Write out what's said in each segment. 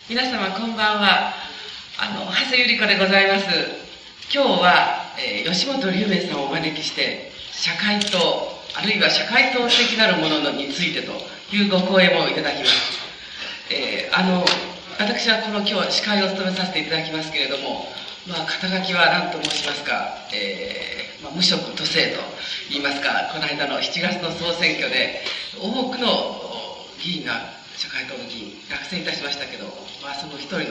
皆様こんばんは。長谷由里子でございます。今日は、吉本龍明さんをお招きして、社会党、あるいは社会党的なるものについてというご講演をいただきます。私は今日司会を務めさせていただきますけれども、肩書きは何と申しますか、無職都政と言いますか、この間の7月の総選挙で多くの議員が、社会党の議員落選いたしましたけど、その一人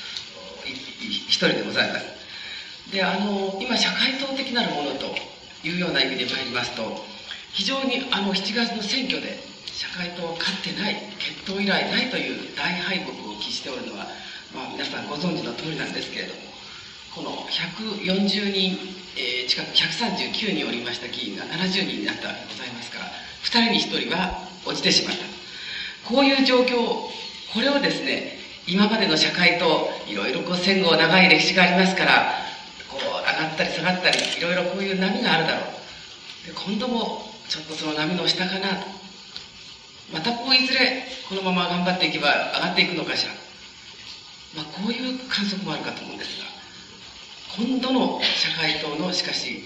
でございます。で、今社会党的なるものというような意味で参りますと、非常に7月の選挙で社会党勝ってない、決闘以来ないという大敗北を喫しておるのは、皆さんご存知の通りなんですけれども、この140人、近く139人おりました議員が70人になったわけでございますから、2人に1人は落ちてしまった。こういう状況、これをですね、今までの社会といろいろ戦後長い歴史がありますから、上がったり下がったり、いろいろこういう波があるだろう。で、今度もちょっとその波の下かなと。またいずれこのまま頑張っていけば上がっていくのかしら。こういう観測もあるかと思うんですが、今度の社会党のしかし、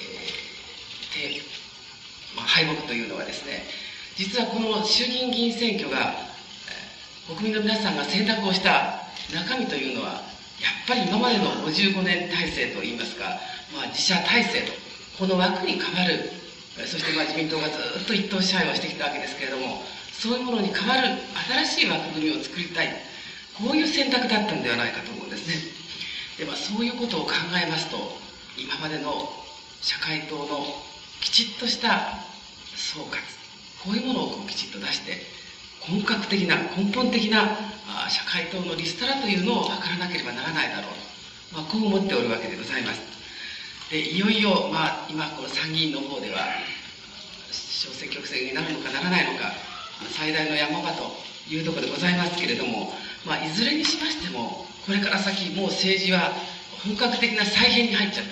敗北というのはですね、実はこの衆議院議員選挙が、国民の皆さんが選択をした中身というのは、やっぱり今までの55年体制といいますか、自社体制と、この枠に変わる、そして自民党がずっと一党支配をしてきたわけですけれども、そういうものに変わる新しい枠組みを作りたい、こういう選択だったんではないかと思うんですね。で、そういうことを考えますと、今までの社会党のきちっとした総括、こういうものをきちっと出して、本格的な、根本的な社会党のリストラというのを図らなければならないだろう、こう思っておるわけでございます。で、いよいよ、今この参議院の方では、小選挙区制になるのかならないのか、最大の山場というところでございますけれども、いずれにしましても、これから先、もう政治は本格的な再編に入っちゃった。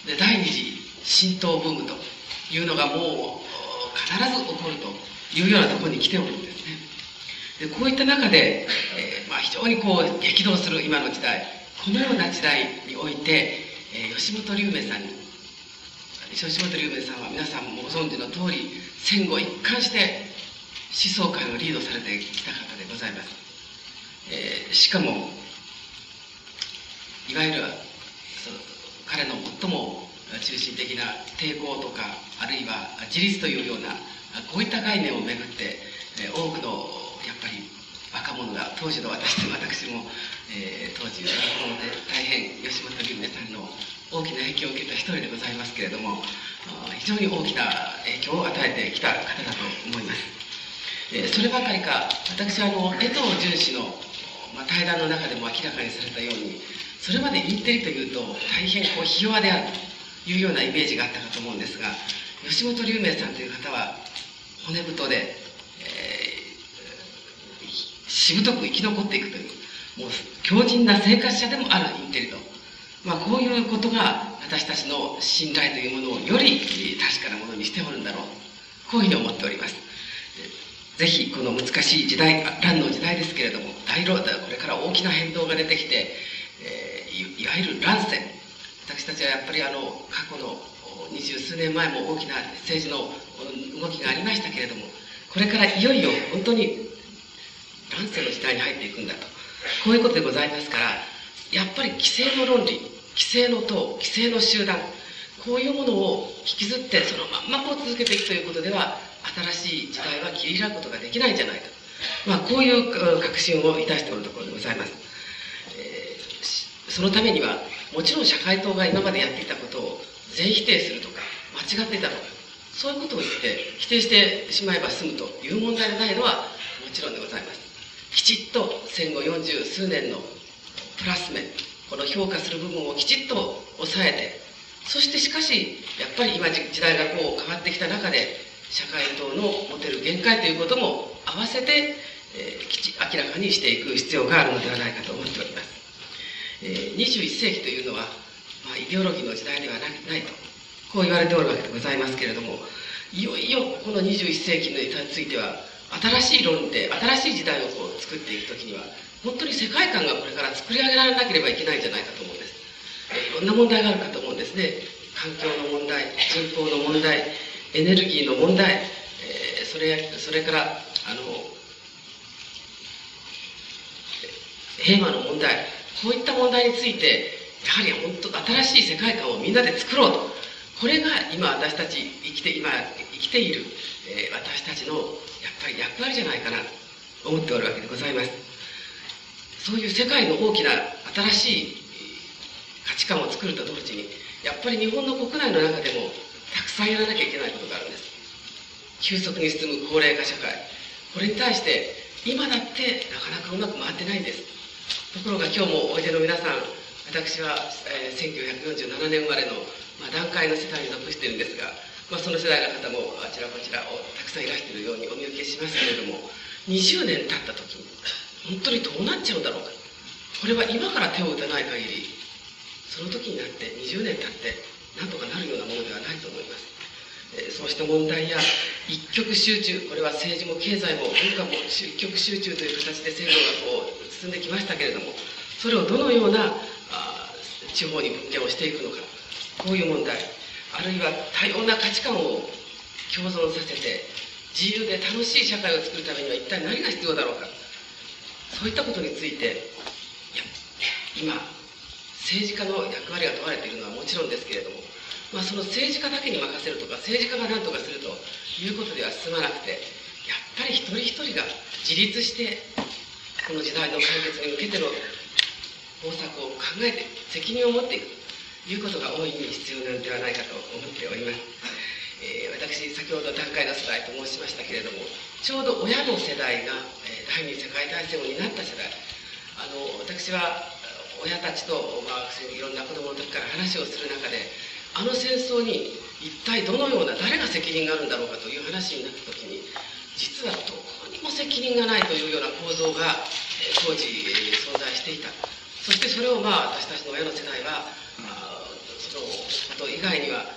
で、第二次浸透ブームというのがもう必ず起こるというようなところに来ておるんですね。で、こういった中で、非常に激動する今の時代、このような時代において、吉本龍明さんは皆さんもご存知の通り、戦後一貫して思想界をリードされてきた方でございます。しかも、いわゆる彼の最も中心的な抵抗とか、あるいは自立というような、こういった概念をめぐって、多くのやっぱり若者が、当時の私も、当時若者で大変吉本龍明さんの大きな影響を受けた一人でございますけれども、非常に大きな影響を与えてきた方だと思います。そればかりか、私は江藤淳氏の対談の中でも明らかにされたように、それまでインテリというと大変ひ弱であるというようなイメージがあったかと思うんですが、吉本龍明さんという方は骨太で、しぶとく生き残っていくという、もう強靭な生活者でもあるインテリと、こういうことが私たちの信頼というものをより確かなものにしておるんだろう、こういうふうに思っております。ぜひこの難しい時代、乱の時代ですけれども、これから大きな変動が出てきて、いわゆる乱世、私たちはやっぱり過去の20数年前も大きな政治の動きがありましたけれども、これからいよいよ本当に乱世の時代に入っていくんだと、こういうことでございますから、やっぱり既成の論理、既成の党、既成の集団、こういうものを引きずってそのまんま続けていくということでは、新しい時代は切り開くことができないんじゃないか、こういう確信をいたしておるところでございます。そのためには、もちろん社会党が今までやっていたことを全否定するとか、間違っていたとか、そういうことを言って否定してしまえば済むという問題がないのはもちろんでございます。きちっと戦後40数年のプラス面、この評価する部分をきちっと抑えて、そしてしかし、やっぱり今時代が変わってきた中で、社会党の持てる限界ということも合わせて、明らかにしていく必要があるのではないかと思っております。21世紀というのは、イデオロギーの時代ではないと、こう言われておるわけでございますけれども、いよいよこの21世紀については、 新しい論で新しい時代をこう作っていくときには、本当に世界観がこれから作り上げられなければいけないんじゃないかと思うんです。いろんな問題があるかと思うんですね。環境の問題、人口の問題、エネルギーの問題、それから平和の問題、こういった問題について、やはり本当新しい世界観をみんなで作ろうと。これが今私たち生きている、私たちのやっぱり役割じゃないかなと思っておるわけでございます。そういう世界の大きな新しい価値観を作ると同時に、やっぱり日本の国内の中でもたくさんやらなきゃいけないことがあるんです。急速に進む高齢化社会、これに対して今だってなかなかうまく回ってないんです。ところが今日もおいでの皆さん、私は、1947年生まれの、団塊の世代に属しているんですが、その世代の方もあちらこちらをたくさんいらしているようにお見受けしますけれども、20年経った時に本当にどうなっちゃうんだろうか。これは今から手を打たない限り、その時になって20年経って何とかなるようなものではないと思います。そうした問題や一極集中、これは政治も経済も文化も一極集中という形で制度がこう進んできましたけれども、それをどのような地方に分権をしていくのか、こういう問題、あるいは多様な価値観を共存させて自由で楽しい社会を作るためには一体何が必要だろうか、そういったことについて今政治家の役割が問われているのはもちろんですけれども、その政治家だけに任せるとか政治家が何とかするということでは進まなくて、やっぱり一人一人が自立してこの時代の解決に向けての方策を考えて責任を持っていくということが大いに必要なのではないかと思っております。私先ほど団塊の世代と申しましたけれども、ちょうど親の世代が第二次世界大戦を担った世代、私は親たちと、いろんな子供の時から話をする中で、あの戦争に一体どのような誰が責任があるんだろうかという話になった時に、実はどこにも責任がないというような構造が当時存在していた。そしてそれを私たちの親の世代はそのこと以外には、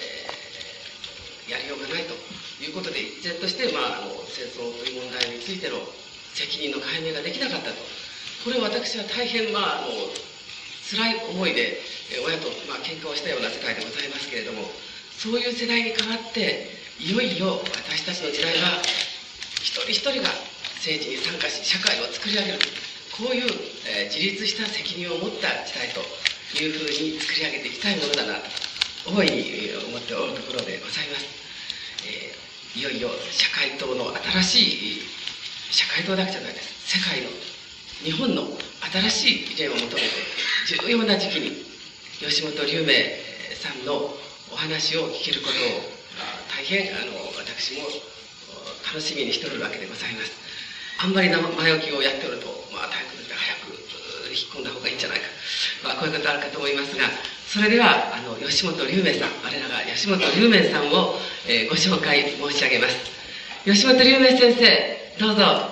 やりようがないということで、一然として、戦争という問題についての責任の解明ができなかったと。これを私は大変辛い思いで親と喧嘩をしたような世界でございますけれども、そういう世代に代わっていよいよ私たちの時代は一人一人が政治に参加し社会を作り上げる、こういう、自立した責任を持った時代というふうに作り上げていきたいものだなと大いに思っておるところでございます。いよいよ社会党の新しい社会党だけじゃないです、世界の日本の新しい意見を求めて重要な時期に吉本龍明さんのお話を聞けることを大変私も楽しみにしておるわけでございます。あんまり前置きをやっておると、早く引っ込んだ方がいいんじゃないか、こういうことあるかと思いますが、それでは吉本龍明さん、我らが吉本龍明さんを、ご紹介申し上げます。吉本龍明先生、どうぞ。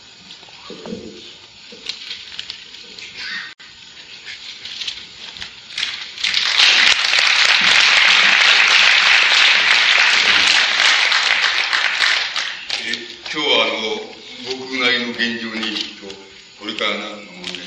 今日は僕なりの現状にこれからの問題について、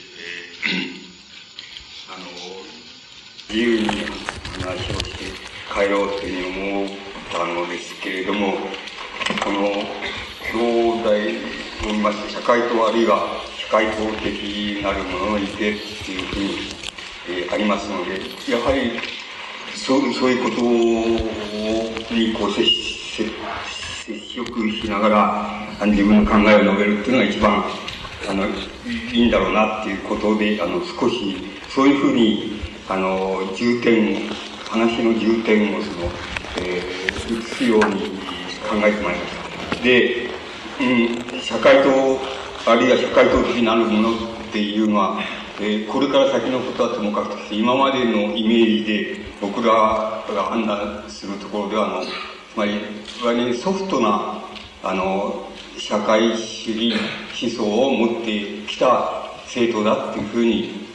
自由に話をして帰ろうというふうに思ったのですけれども、この兄弟を見ますと、社会党あるいは社会党的なるものの意見っていうふうに、ありますので、やはりそういうことに接触しながら自分の考えを述べるっていうのが一番いいんだろうなっていうことで、少しそういうふうに話の重点を移すように考えてまいりました。で、社会党あるいは社会党的なるものっていうのは、これから先のことはともかくとして、今までのイメージで僕らが判断するところではつまりソフトな社会主義思想を持ってきた政党だっていうふうに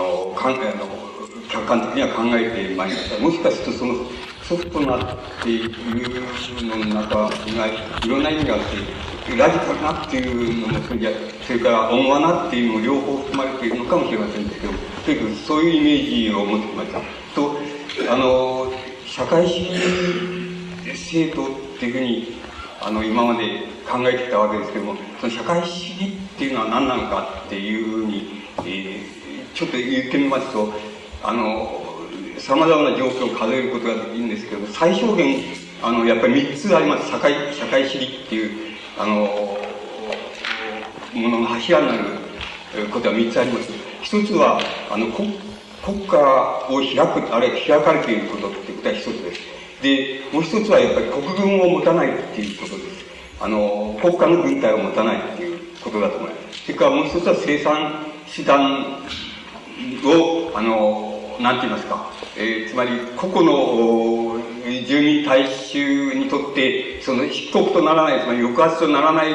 客観的には考えてまいりました。もしかするとそのソフトなっていうのの中にはいろんな意味があって、 ラジカルなっていうのもそれから温和なっていうのも両方含まれているのかもしれませんけど、とにかくそういうイメージを持ってきました。と、社会主義制度っていうふうに、今まで考えてきたわけですけども、その社会主義っていうのは何なのかっていうふうに、ちょっと言ってみますと、様々な状況を数えることができるんですけど、最小限、やっぱり3つあります。社会主義っていう、ものの柱になることは3つあります。一つは、国家を開く、あるいは開かれていることっていうことは一つです。で、もう一つはやっぱり国軍を持たないっていうことです。国家の軍隊を持たないっていうことだと思います。それからもう一つは生産手段を、なんて言いますか、つまり個々の住民大衆にとって、その筆告とならない、つまり抑圧とならない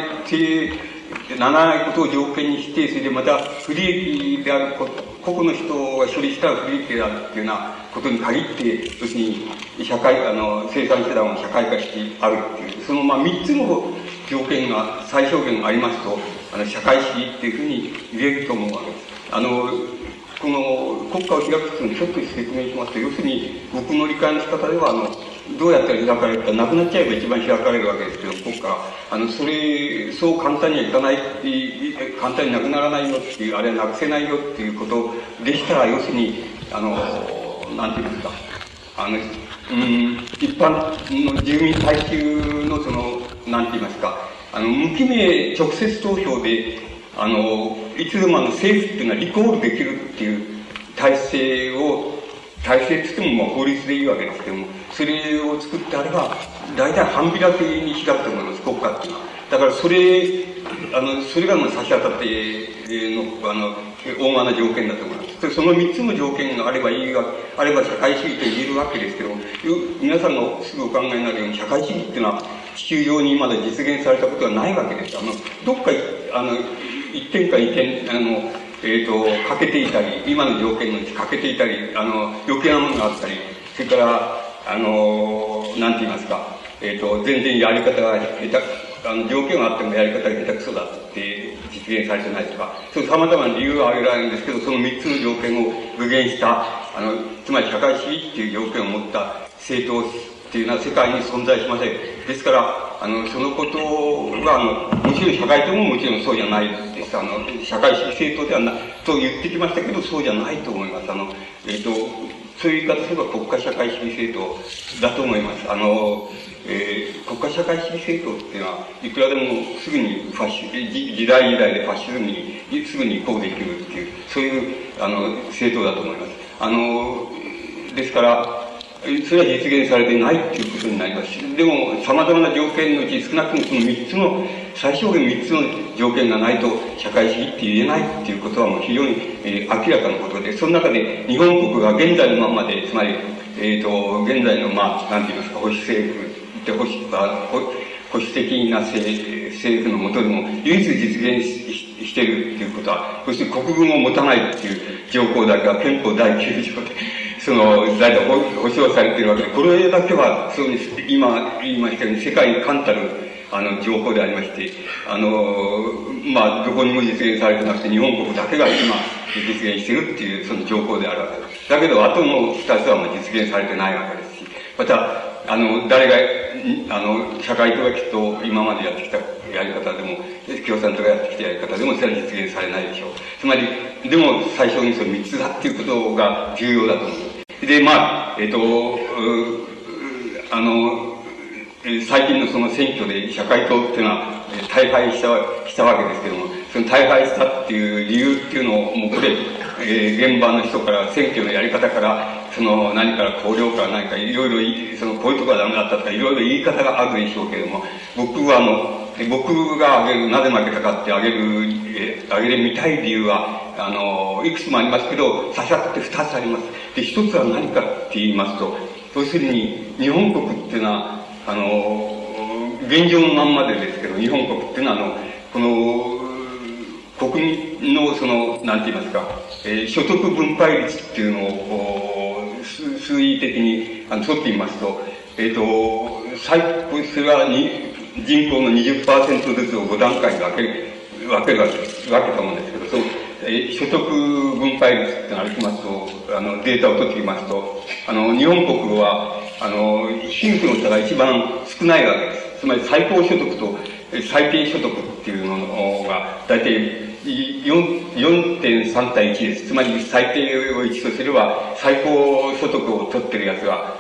ことを条件にして、それでまた不利益であること、個々の人が処理したら不利益であるっていうようなことに限って、要するに生産手段を社会化してあるっていう、その3つの条件が最小限ありますと、社会主義っていうふうに言えると思うわけです。この国家を開くというのをちょっと説明しますと、要するに僕の理解の仕方では、どうやったら開かれるか、なくなっちゃえば一番開かれるわけですけど、国家、そう簡単にはいかないっていう、簡単になくならないよっていう、あれはなくせないよっていうことでしたら、要するに、なんていうんですか、一般の住民大衆のなんて言いますか、無記名直接投票で、いつでも政府っていうのはリコールできるっていう体制って言っても法律でいいわけですけども、それを作ってあれば、大体半開きに開くと思います、国家っていうのは。だからそれが差し当たって大間な条件だと思います。その3つの条件があれば社会主義と言えるわけですけども、皆さんがすぐお考えになるように、社会主義っていうのは地球上にまだ実現されたことはないわけです。どっか1点か2点、欠けていたり、今の条件のうち欠けていたり、余計なものがあったり、それから、なんて言いますか、全然やり方が条件はあってもやり方が下手くそだって実現されてないとか、そう様々な理由が挙げられるんですけど、その3つの条件を具現した、つまり社会主義っていう条件を持った政党っていうのは世界に存在しません。ですから、そのことは、もちろん社会党ももちろんそうじゃないです。社会主義政党ではない、と言ってきましたけど、そうじゃないと思います。そういう言い方すれば国家社会主義政党だと思います。国家社会主義政党っていうのは、いくらでもすぐに時代でファシズムにすぐに移行できるっていう、そういう政党だと思います。ですから、それは実現されてないっていうことになりますし、でも様々な条件のうち少なくともその3つの、最小限3つの条件がないと社会主義って言えないっていうことはもう非常に、明らかなことで、その中で日本国が現在のままで、つまり、現在のなんて言いますか、保守政府って保守的な政府のもとでも唯一実現しているっていうことは、そして国軍を持たないっていう条項だけは憲法第9条で、大体保障されているわけで、これだけは、そうです。今言いましたように、世界に冠たる、情報でありまして、どこにも実現されてなくて、日本国だけが今、実現しているっていう、その情報であるわけです。だけど、あとの2つはもう実現されてないわけですし、また、誰が、社会党がきっと今までやってきたやり方でも、共産党がやってきたやり方でも、それは実現されないでしょう。つまり、でも、最初にその3つだっていうことが重要だと思います。で、最近のその選挙で社会党っていうのは大敗したわけですけども、その大敗したっていう理由っていうのを、もうこれ、現場の人から、選挙のやり方から、何から綱領から何かいろいろ、こういうところはダメだったとか、いろいろ言い方があるでしょうけれども、僕がなぜ負けたかって挙げてみたい理由は、いくつもありますけど、差し当たって2つあります。で、1つは何かって言いますと、要するに、日本国っていうのは、現状のまんまでですけど、日本国っていうのは、この、国民のなんて言いますか、所得分配率っていうのを、数意的に、取ってみますと、それは人口の 20% ずつを5段階に分けたものですけど、そう、所得分配率ってのを歩きますと、データを取ってきますと、日本国は、貧富の差が一番少ないわけです。つまり最高所得と最低所得っていうのが、だいたい4.3 対1です。つまり最低を1とすれば、最高所得を取ってるやつは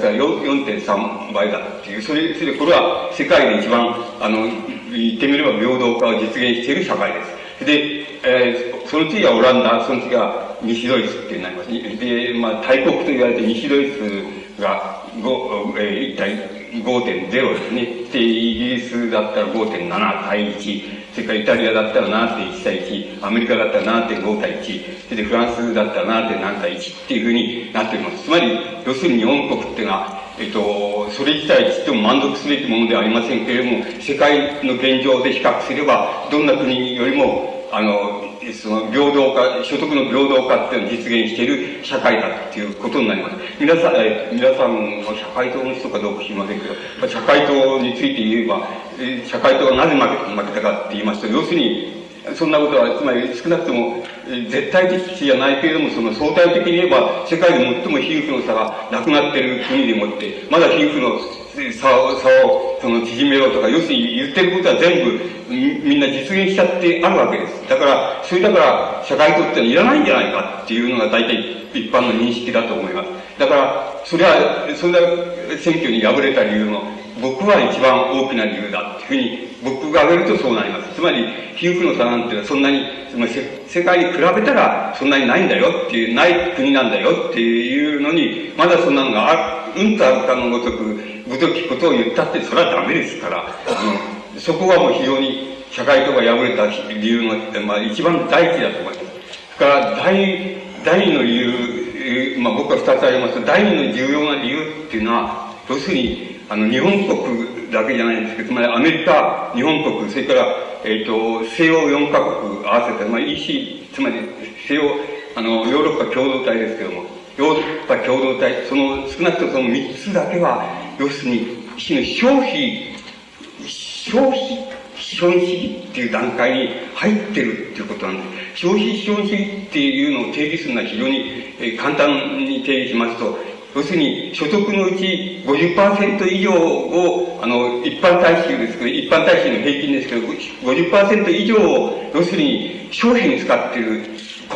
4.3 倍だっていう、これは世界で一番、言ってみれば平等化を実現している社会です。で、その次はオランダ、その次は西ドイツってなります。で、大国と言われて西ドイツが一体 5.0 ですね。で、イギリスだったら 5.7 対1、それからイタリアだったら 7.1 対1、アメリカだったら 7.5 対1、それでフランスだったら 7.7 対1っていうふうになっております。つまり、要するに日本国っていうのは、それ自体ちっとも満足すべきものではありませんけれども、世界の現状で比較すれば、どんな国よりも、その平等化、所得の平等化っていうのを実現している社会だっていうことになります。皆さんは社会党の人かどうか知りませんけど、社会党について言えば、社会党がなぜ負けたかって言いますと、要するに、そんなことは、つまり少なくとも、絶対的じゃないけれども、その相対的に言えば、世界で最も貧富の差がなくなっている国でもって、まだ貧富の差を縮めろとか、要するに言ってることは全部みんな実現しちゃってあるわけです。だから、社会党ってのはいらないんじゃないかっていうのが大体一般の認識だと思います。だから、それは選挙に敗れた理由の、僕は一番大きな理由だっていうふうに、僕が挙げるとそうなります。つまり、貧富の差なんていうのはそんなに、つまり世界に比べたらそんなにないんだよっていう、ない国なんだよっていうのに、まだそんなのがうんとあるかのごとく、ごときことを言ったって、それはダメですから、そこはもう非常に社会党が敗れた理由の、一番第一だと思います。だから、第二の理由、僕は二つありますと、第二の重要な理由っていうのは、要するに、日本国だけじゃないんですけど、つまりアメリカ、日本国、それから、西欧4カ国合わせた、EC、つまり西欧、ヨーロッパ共同体ですけども、ヨーロッパ共同体、少なくともその3つだけは、要するに、一種の消費資本主義っていう段階に入ってるっていうことなんです。消費資本主義っていうのを定義するのは非常に簡単に定義しますと、要するに所得のうち 50% 以上を、一般大衆ですけど、一般大衆の平均ですけど、50% 以上を、要するに消費に使っている、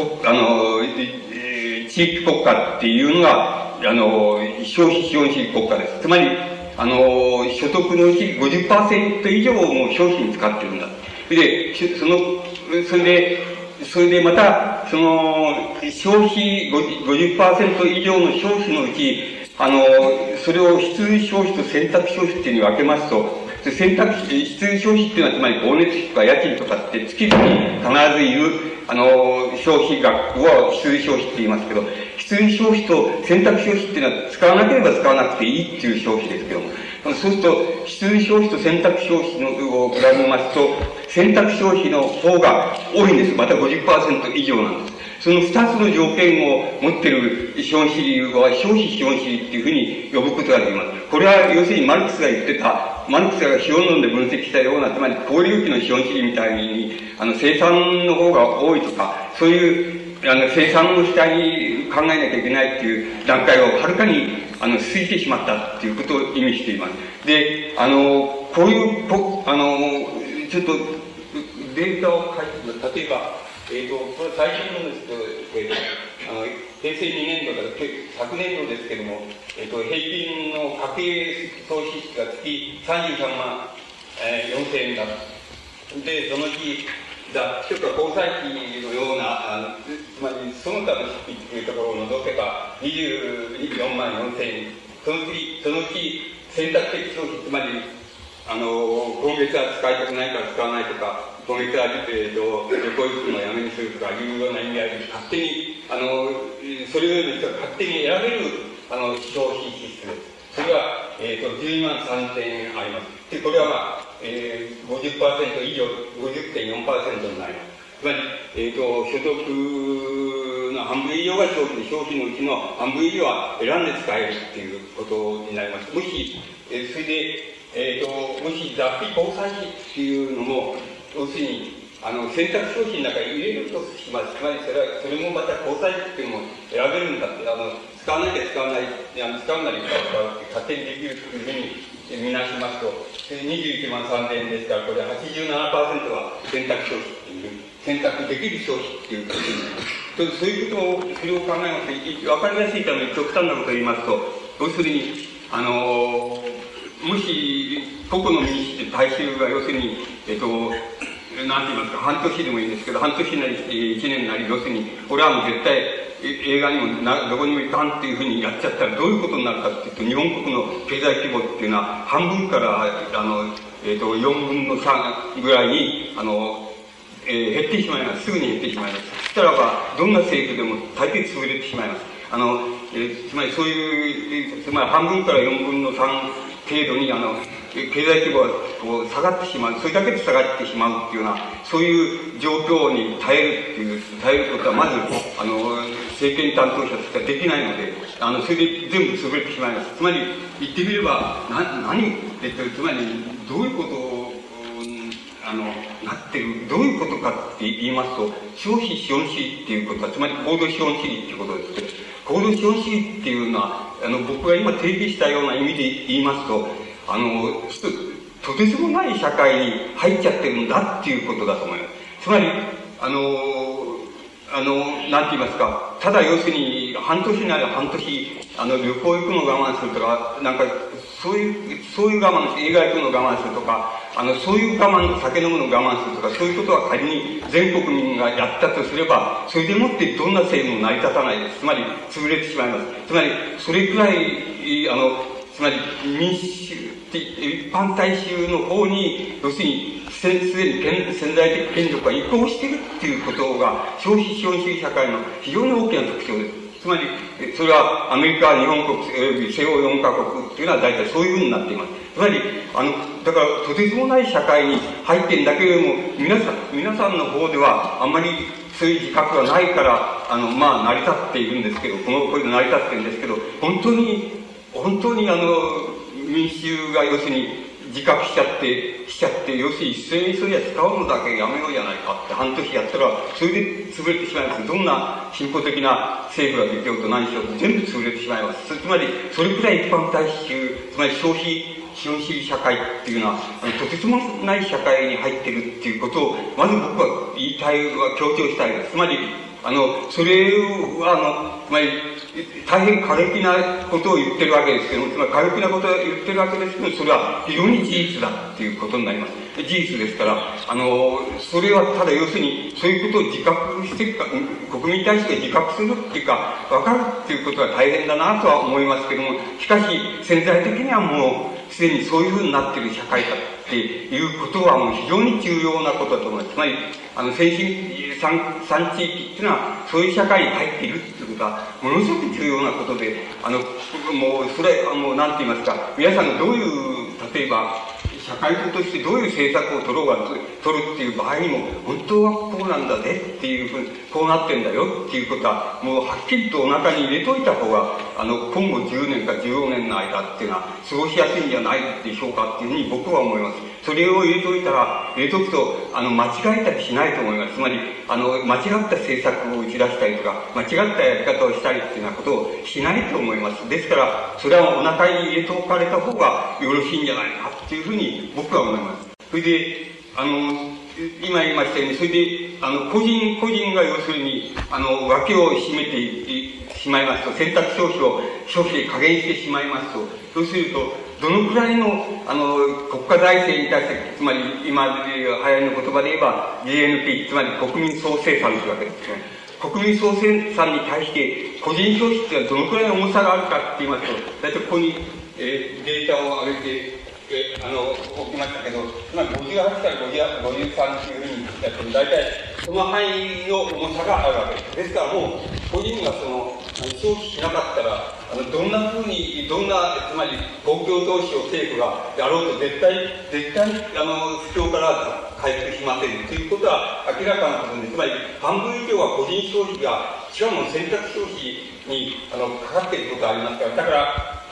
地域国家っていうのが、消費資本主義国家です。つまり、所得のうち 50% 以上をもう消費に使ってるんだ。それでまた、消費 50% 以上の消費のうち、それを必需消費と選択消費っていうのに分けますと、必需消費っていうのはつまり光熱費とか家賃とかって月々必ずいる、消費額を必需消費って言いますけど、必需消費と選択消費っていうのは使わなければ使わなくていいっていう消費ですけども、そうすると、必需消費と選択消費を比べますと、選択消費の方が多いんです。また 50% 以上なんです。その二つの条件を持っている資本主義は消費資本主義っていうふうに呼ぶことができます。これは要するにマルクスが言ってた、マルクスが資本論で分析したような、つまり交流期の資本主義みたいに、生産の方が多いとか、そういう、生産の主体に考えなきゃいけないっていう段階をはるかに、過ぎてしまったっていうことを意味しています。で、こういう、ちょっと、データを書いて、例えば、これ最新のですけど、平成2年度だ昨年度ですけども、平均の家計総支出が月33万、4000円だ。で、そのうち、一つは交際費のような、つまりその他の出費というところを除けば24万4000円。そのうち選択的消費、つまり、今月は使いたくないから使わないとか、今月は、旅行行くのをやめにするとかいうような意味合いで、勝手に、それぞれの人が勝手に選べる、消費支出です。それは、12万3000円あります。で、これは50% 以上、50.4% になります。つまり、所得の半分以上が消費で、消費のうちの半分以上は選んで使えるっていうことになります。もし、それで、 もし雑費交際費っていうのも、要するに、選択商品の中に入れるとします。つまりそれもまた交際費っていうのも選べるんだって、使わなきゃ使わない、使うなり使うって勝手にできるというふうに見なしますと、21万3000円ですから、これ87%は選択消費っていう、選択できる消費っていうことになる。そういうことを、それを考えますと、わかりやすいために極端なことを言いますと、要するに、もし、個々の民主って大衆が要するに、なんて言いますか、半年でもいいんですけど、半年なり1年なり、要するに、俺はもう絶対映画にもどこにも行かんっていうふうにやっちゃったらどういうことになるかっていうと、日本国の経済規模っていうのは半分から4分の3ぐらいに減ってしまいます。すぐに減ってしまいます。そしたらばどんな政府でも大抵潰れてしまいます。つまりそういう、つまり半分から4分の3程度に経済規模がこう下がってしまう、それだけで下がってしまうっていうような、そういう状況に耐えることはまず政権担当者としてはできないので、それで全部潰れてしまいます。つまり言ってみればつまりどういうことをなってる、どういうことかって言いますと、消費資本主義っていうことは、つまり行動資本主義っていうことですけど、行動資本主義っていうのは、僕が今提示したような意味で言いますと、とてつもない社会に入っちゃってるんだっていうことだと思います。つまり、なんて言いますか、ただ要するに、半年なら半年、旅行行くのを我慢するとか、なんか、そういう我慢、映画行くのを我慢するとか、そういう我慢、酒飲むのを我慢するとか、そういうことは仮に全国民がやったとすれば、それでもってどんな政府も成り立たないです。つまり、潰れてしまいます。つまり、それくらい、つまり、民主的、一般大衆の方に、要するに、すでに潜在的権力が移行しているっていうことが、消費資本主義社会の非常に大きな特徴です。つまり、それはアメリカ、日本国、西欧4カ国っていうのは大体そういうふうになっています。つまり、だから、とてつもない社会に入っているんだけれども、皆さんの方ではあんまりそういう自覚がないから、成り立っているんですけど、これで成り立っているんですけど、本当に民衆が要するに自覚しちゃって、要するに一斉にそれは使うのだけやめようじゃないかって半年やったら、それで潰れてしまいます。どんな進歩的な政府が出てようと何しようと全部潰れてしまいます。つまり、それくらい一般大衆、つまり消費資本主義社会っていうのは、とてつもない社会に入ってるっていうことを、まず僕は強調したいです。つまり、それは、つまり、大変過激なことを言ってるわけですけども、つまり過激なことを言ってるわけですけど、それは非常に事実だっていうことになります。事実ですから、それはただ要するに、そういうことを自覚してるか、国民に対して自覚するっていうか、わかるっていうことは大変だなとは思いますけども、しかし、潜在的にはもう、すでにそういうふうになっている社会だっていうことはもう非常に重要なことだと思います。つまり、先進産地域っていうのは、そういう社会に入っているっていうことは、ものすごく重要なことで、もう、それ、なんて言いますか、皆さんがどういう、例えば、社会としてどういう政策を取るっていう場合にも、本当はこうなんだねっていうふうに、こうなってんだよっていうことは、もうはっきりとお腹に入れといた方が、今後10年か15年の間っていうのは、過ごしやすいんじゃないでしょうかっていうふうに僕は思います。それを入れとくと、間違えたりしないと思います。つまり、間違った政策を打ち出したりとか、間違ったやり方をしたりっていうようなことをしないと思います。ですから、それはお腹に入れておかれた方がよろしいんじゃないかっていうふうに僕は思います。それで、今言いましたように、それで、個人が要するに、脇を締めてしまいますと、選択消費で加減してしまいますと、そうすると、どのくらいの、国家財政に対して、つまり、今で流行りの言葉で言えば、GNP、つまり国民総生産というわけですね。国民総生産に対して、個人消費っていうのはどのくらいの重さがあるかって言いますと、大体ここに、データを上げて、置きましたけど、つまり58から53というふうにやっても、大体その範囲の重さがあるわけです。ですからもう、個人が消費しなかったら、どんな風に、つまり公共投資を政府がやろうと絶対、不況から回復しませんということは明らかなことで、つまり半分以上は個人消費が、しかも選択消費にかかっていることがありますから、だから、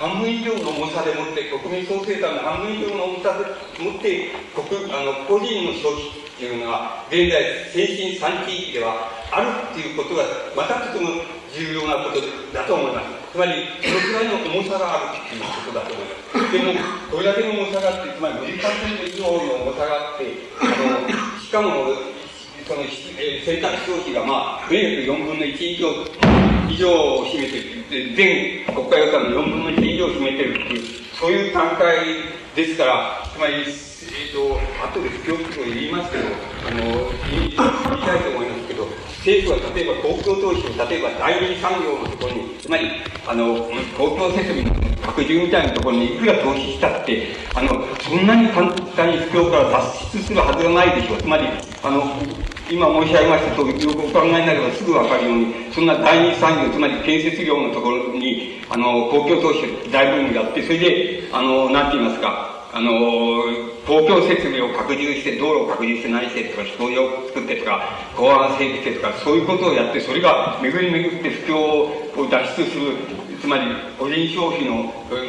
半分以上の重さでもって、国民総生産の半分以上の重さでもって、個人の消費っていうのは、現在、先進3地域ではあるっていうことが、またとても重要なことだと思います。つまり、そのくらいの重さがあるっていうことだと思います。でも、これだけの重さがあって、つまり50% 以上の重さがあって、しかも、その選択消費がとにかく4分の1以上を占めてる、全国家予算の4分の1以上を占めてるっていう、そういう段階ですから、つまり、後で不況を言いますけど、言いたいと思いますけど、政府は例えば公共投資を、例えば第二産業のところに、つまり、公共設備の拡充みたいなところにいくら投資したって、そんなに簡単に不況から脱出するはずがないでしょう。つまり、今申し上げましたとよくお考えになればすぐわかるように、そんな第二産業、つまり建設業のところに、公共投資を大部分やって、それで、なんて言いますか、公共設備を拡充して、道路を拡充して何してとか、飛行場を作ってとか、港湾整備してとか、そういうことをやって、それが巡り巡って不況を脱出する、つまり個人消費の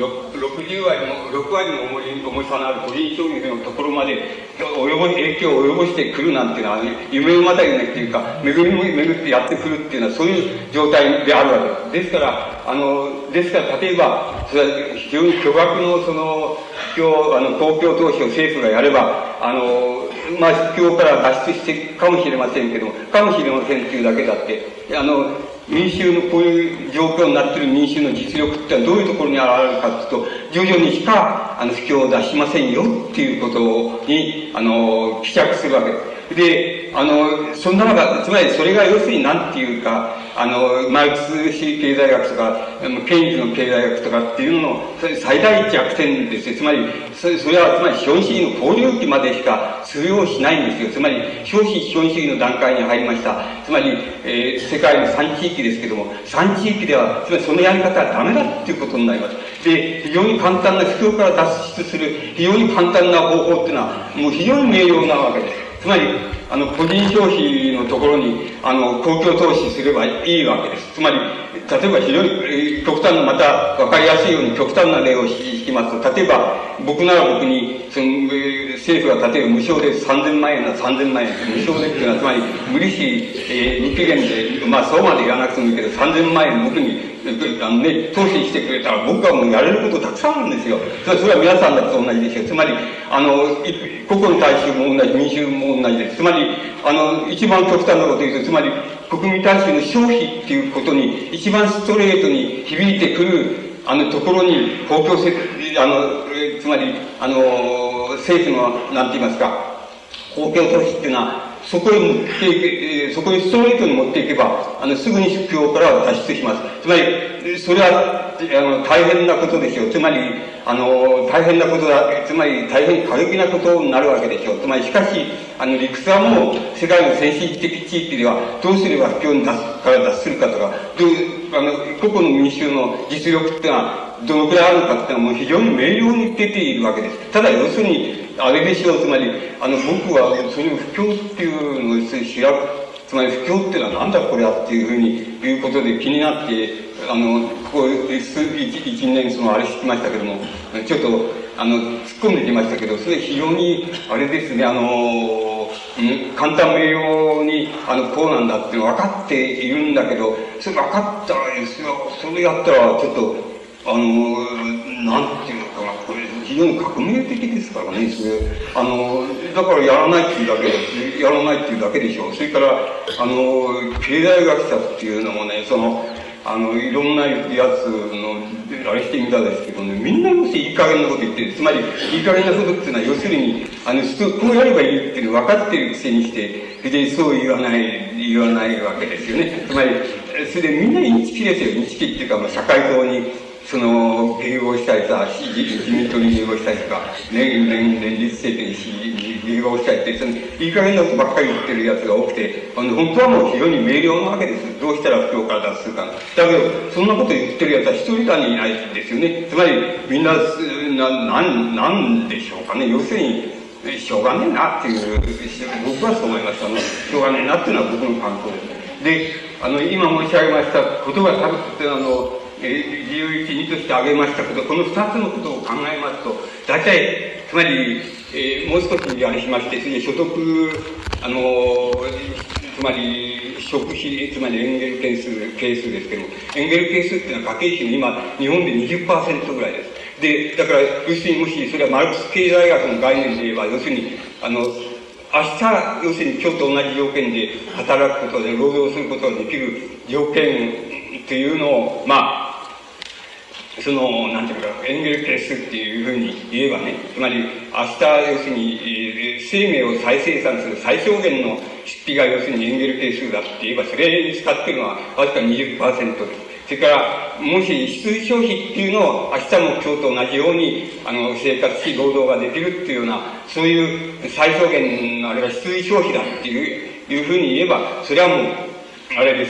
60割の、6割の重さのある個人消費のところまで影響を及ぼしてくるなんていうのは、夢のまた夢っていうか、巡ってやってくるっていうのは、そういう状態であるわけです。ですから、例えば、それは非常に巨額の公共投資を政府がやれば、不況から脱出していくかもしれませんけども、かもしれませんっていうだけだって、民衆のこういう状況になっている民衆の実力ってのはどういうところに現れるかというと、徐々にしか、不況を脱しませんよっていうことに、帰着するわけです。で、そんな中、つまりそれが要するに何ていうか、マルクス主義経済学とか、ケインズの経済学とかっていうのの最大弱点ですよ。つまり、それはつまり資本主義の交流期までしか通用しないんですよ。つまり、資本主義の段階に入りました。つまり、世界の3地域ですけども、3地域では、つまりそのやり方はダメだっていうことになります。で、非常に簡単な不況から脱出する、非常に簡単な方法っていうのは、もう非常に明瞭なわけです。つまり、個人消費のところに、公共投資すればいいわけです。つまり、例えば非常に極端な、また分かりやすいように極端な例を引きますと、例えば、僕なら僕に、政府が例えば無償で3000万円な3000万円、無償でっていうのは、つまり、無利子、無期限で、そうまで言わなくてもいいけど、3000万円僕に、投資してくれたら、僕はもうやれることたくさんあるんですよ。それは皆さんだと同じですよ。つまり、個々に対しても同じ、民衆も同じです。つまり、一番極端なことを言うと、つまり、国民対しての消費っていうことに、一番ストレートに響いてくる、ところに、公共設備、つまり、政府の、なんて言いますか、公共投資っていうのは、そこにストレートに持っていけば、すぐに不況からは脱出します。つまり、それは、大変なことですよ。つまり、大変なことだ、つまり大変過激なことになるわけでしょう。つまり、しかし、理屈はもう、世界の先進的地域では、どうすれば不況から脱するかとか、個々の民衆の実力っていうのは、どのくらいあるかっていうのはもう非常に明瞭に出ているわけです。ただ、要するに、あれでしょう、つまり、僕は、そういう不況っていうのをつまり不況っていうのはなんだこれはっていうふうに言うことで気になって、ここ一年あれしてましたけども、ちょっと、突っ込んできましたけど、それ非常に、あれですね、簡単明瞭に、こうなんだっていうの分かっているんだけど、それ分かったら、それやったら、ちょっと、なんていうのかな、これ、非常に革命的ですからね、それ。だからやらないっていうだけでしょう。それから、経済学者っていうのもね、いろんなやつの、あれしてみたんですけどね、みんな要するにいい加減なこと言ってる。つまり、いい加減なことっていうのは、要するに、こうやればいいっていうのを分かってるくせにして、で、そう言わないわけですよね。つまり、それでみんな認識ですよ。認識っていうか、社会党に、迎合したりさ、自民党に迎合したりとか、連立政権に迎合したりって、いい加減なことばっかり言ってるやつが多くて、本当はもう非常に明瞭なわけです。どうしたら不況から脱するか。だけど、そんなこと言ってるやつは一人だにいないですよね。つまり、みんな、なんでしょうかね。要するに、しょうがねえなっていう、僕はそう思いましたね。しょうがねえなっていうのは僕の感想です。で、今申し上げましたことが多分、 11、2として挙げましたけど、この2つのことを考えますと、大体、つまり、もう少しあれしまして、所得、つまり、食費、つまりエンゲル係数ですけども、エンゲル係数っていうのは家計費の今、日本で 20% ぐらいです。で、だから、要するにもし、それはマルクス経済学の概念で言えば、要するに、明日、要するに今日と同じ条件で働くことで、労働することができる条件というのを、なんていうか、エンゲル係数っていうふうに言えばね、つまり、明日、要するに、生命を再生産する最小限の出費が要するにエンゲル係数だって言えば、それに使っているのはわずか 20% です。それから、もし、必需消費っていうのを明日も今日と同じように、生活し、労働ができるっていうような、そういう最小限のあれが必需消費だっていうふうに言えば、それはもう、あれです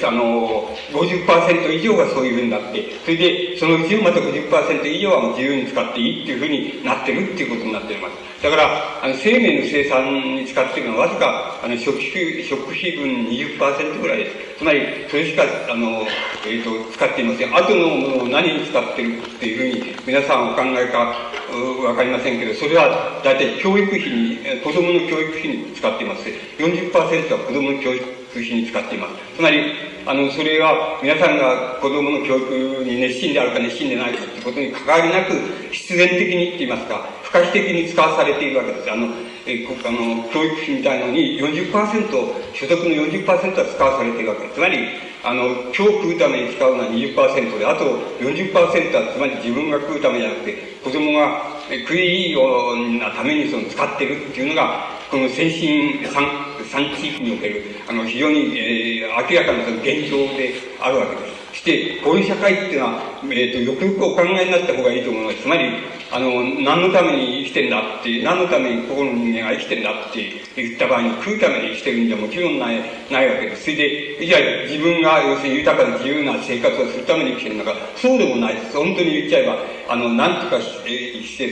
、50% 以上がそういうふうになって、それで、そのうちのまた 50% 以上はもう自由に使っていいっていうふうになってるっていうことになっています。だから、生命の生産に使っているのはわずか、食費分 20% ぐらいです。つまり、それしか、使っていません。後のものを何に使ってるっていうふうに、皆さんお考えか、わかりませんけど、それは、大体教育費に、子供の教育費に使っています。40% は子供の教育費に使っています。つまり、それは皆さんが子供の教育に熱心であるか熱心でないかということに関わりなく、必然的にって言いますか、不可避的に使わされているわけです。教育費みたいのに 40%、所得の 40% は使わされているわけです。つまり、今日食うために使うのは 20% で、あと 40% はつまり自分が食うためじゃなくて、子供が食いいいようなために使っているっていうのが、この先進産地域における、非常に、明らかな現状であるわけです。そして、こういう社会っていうのは、よくよくお考えになった方がいいと思います。つまり、何のために生きてんだって、何のために個々の人間が生きてんだって言った場合に、食うために生きてるんじゃもちろんないわけです。それで、じゃあ自分が要するに豊かな自由な生活をするために生きてるのか、そうでもないです。本当に言っちゃえば、なんとかして、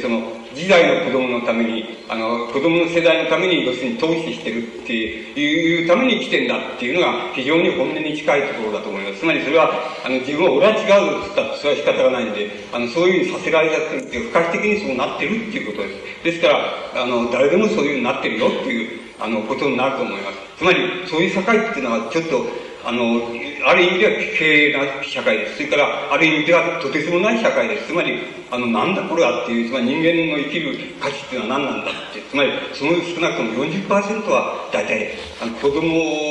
次代の子供のために、子供の世代のために、要するに投資してるっていうために生きてんだっていうのが非常に本音に近いところだと思います。つまりそれは、自分は俺は違うって言ったらそれは仕方がないんで、そういうふうにさせられちゃってるっていう、不可避的にそうなってるっていうことです。ですから、誰でもそういうふうになってるよっていう、ことになると思います。つまり、そういう社会っていうのはちょっと、ある意味では危険な社会です。それから、ある意味ではとてつもない社会です。つまり、なんだこれはっていう、つまり人間の生きる価値っていうのは何なんだって。つまり、その少なくとも 40% は、大体、子供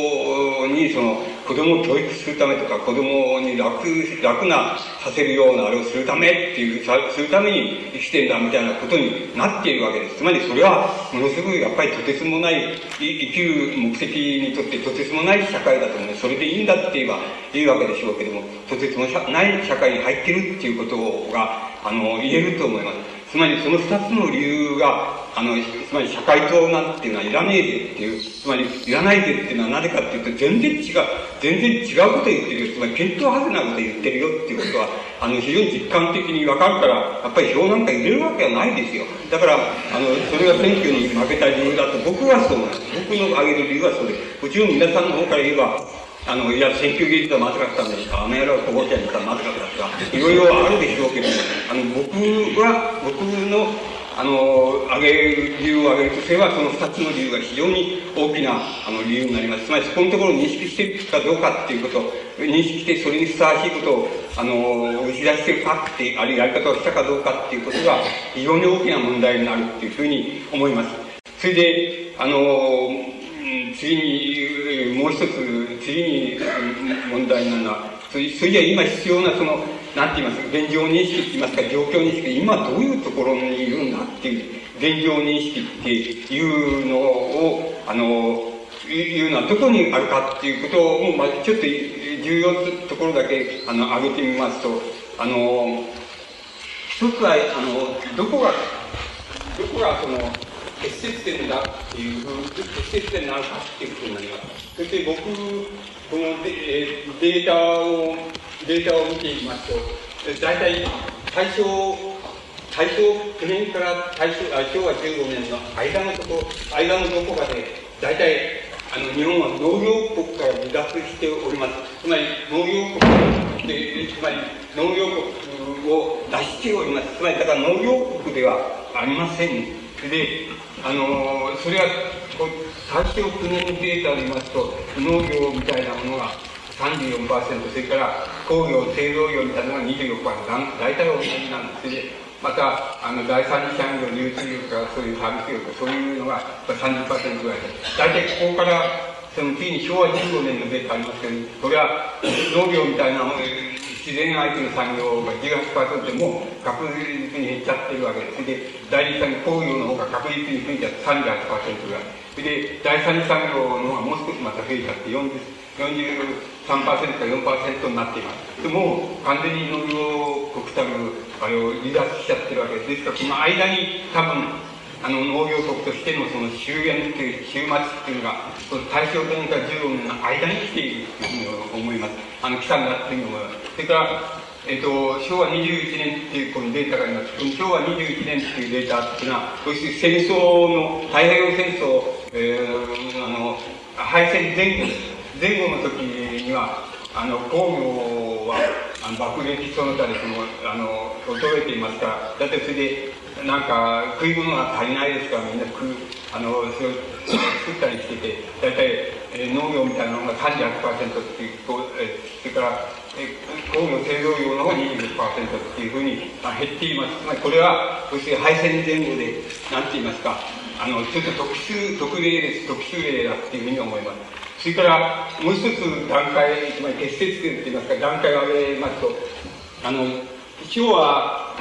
を教育するためとか、子供に楽なさせるようなあれをするためっていう、するために生きてんだみたいなことになっているわけです。つまりそれは、ものすごいやっぱりとてつもない、生きる目的にとってとてつもない社会だと思う。それでいいんだって言えばいいわけでしょうけども、とてつもない社会に入っているっていうことが、言えると思います。つまりその二つの理由が、つまり社会党なんていうのはいらねえぜっていう、つまりいらないぜっていうのはなぜかっていうと、全然違うこと言ってるよ。つまり見当外れなこと言ってるよっていうことは、非常に実感的にわかるから、やっぱり票なんか入れるわけはないですよ。だから、それが選挙に負けた理由だと僕はそうなんです。僕の挙げる理由はそうです。もちろん皆さんの方から言えば、いや、選挙技術はまずかったんですか、野郎こぼしゃにしたらまずかったとか、いろいろあるでしょうけども、僕の理由を挙げるとすれば、その二つの理由が非常に大きな理由になります。つまりそこのところを認識しているかどうかっていうことを、認識してそれにふさわしいことを打ち出しているかっていう、あるいはやり方をしたかどうかっていうことが非常に大きな問題になるっていうふうに思います。それで、次に、もう一つ、次に問題なのは、それじゃ今必要ななんて言いますか、現状認識って言いますか、状況認識、今どういうところにいるんだっていう、現状認識っていうのを、いうのはどこにあるかっていうことを、ちょっと重要なところだけ、挙げてみますと、一つは、どこが結節点だっていう、結節点になるかっていうことになります。そして僕、このデータを見てみますと、大体大正9年から昭和15年の間のどこかで、大体日本は農業国から離脱しております。つまり農業国で、つまり農業国を出しております。つまりだから農業国ではありません。で、それは最初9年データで言いますと、農業みたいなものが34%、それから工業、製造業みたいなのが26%、大体同じなんですね。また、第三次産業、流通業とか、そういうサービス業とか、そういうのが 30% ぐらいで、大体ここから、次に昭和15年のデータありますけど、これは農業みたいな自然相手の産業が 18% も確実に減っちゃってるわけです。それで、第二産業、工業の方が確実に増えちゃって 38% ぐらい。それで、第三次産業の方がもう少しまた増えちゃって43% か 4% になっています。でもう完全に農業国たるあれを離脱しちゃってるわけです。ですからこの間に多分農業国としてのその終焉っていう終末っていうのが大正とか15年の間に来ているというふうに思います。来たんだっていうふうに思います。それから昭和21年っていうこのデータがあります。この昭和21年っていうデータっていうのは、要するに戦争の、太平洋戦争、敗戦前後の時には、工業は、爆撃その他で衰えていますから、だってそれで、なんか、食い物が足りないですから、みんなそれを作ったりしてて、だいたい農業みたいなのが 38% っていう、それから、工業製造業の方が 26% っていうふうに減っています。つまりこれは、要するに敗戦前後で、なんて言いますか、ちょっと特殊例だっていうふうに思います。それから、もう一つ段階、つまり結節点といいますか、段階を挙げますと、昭和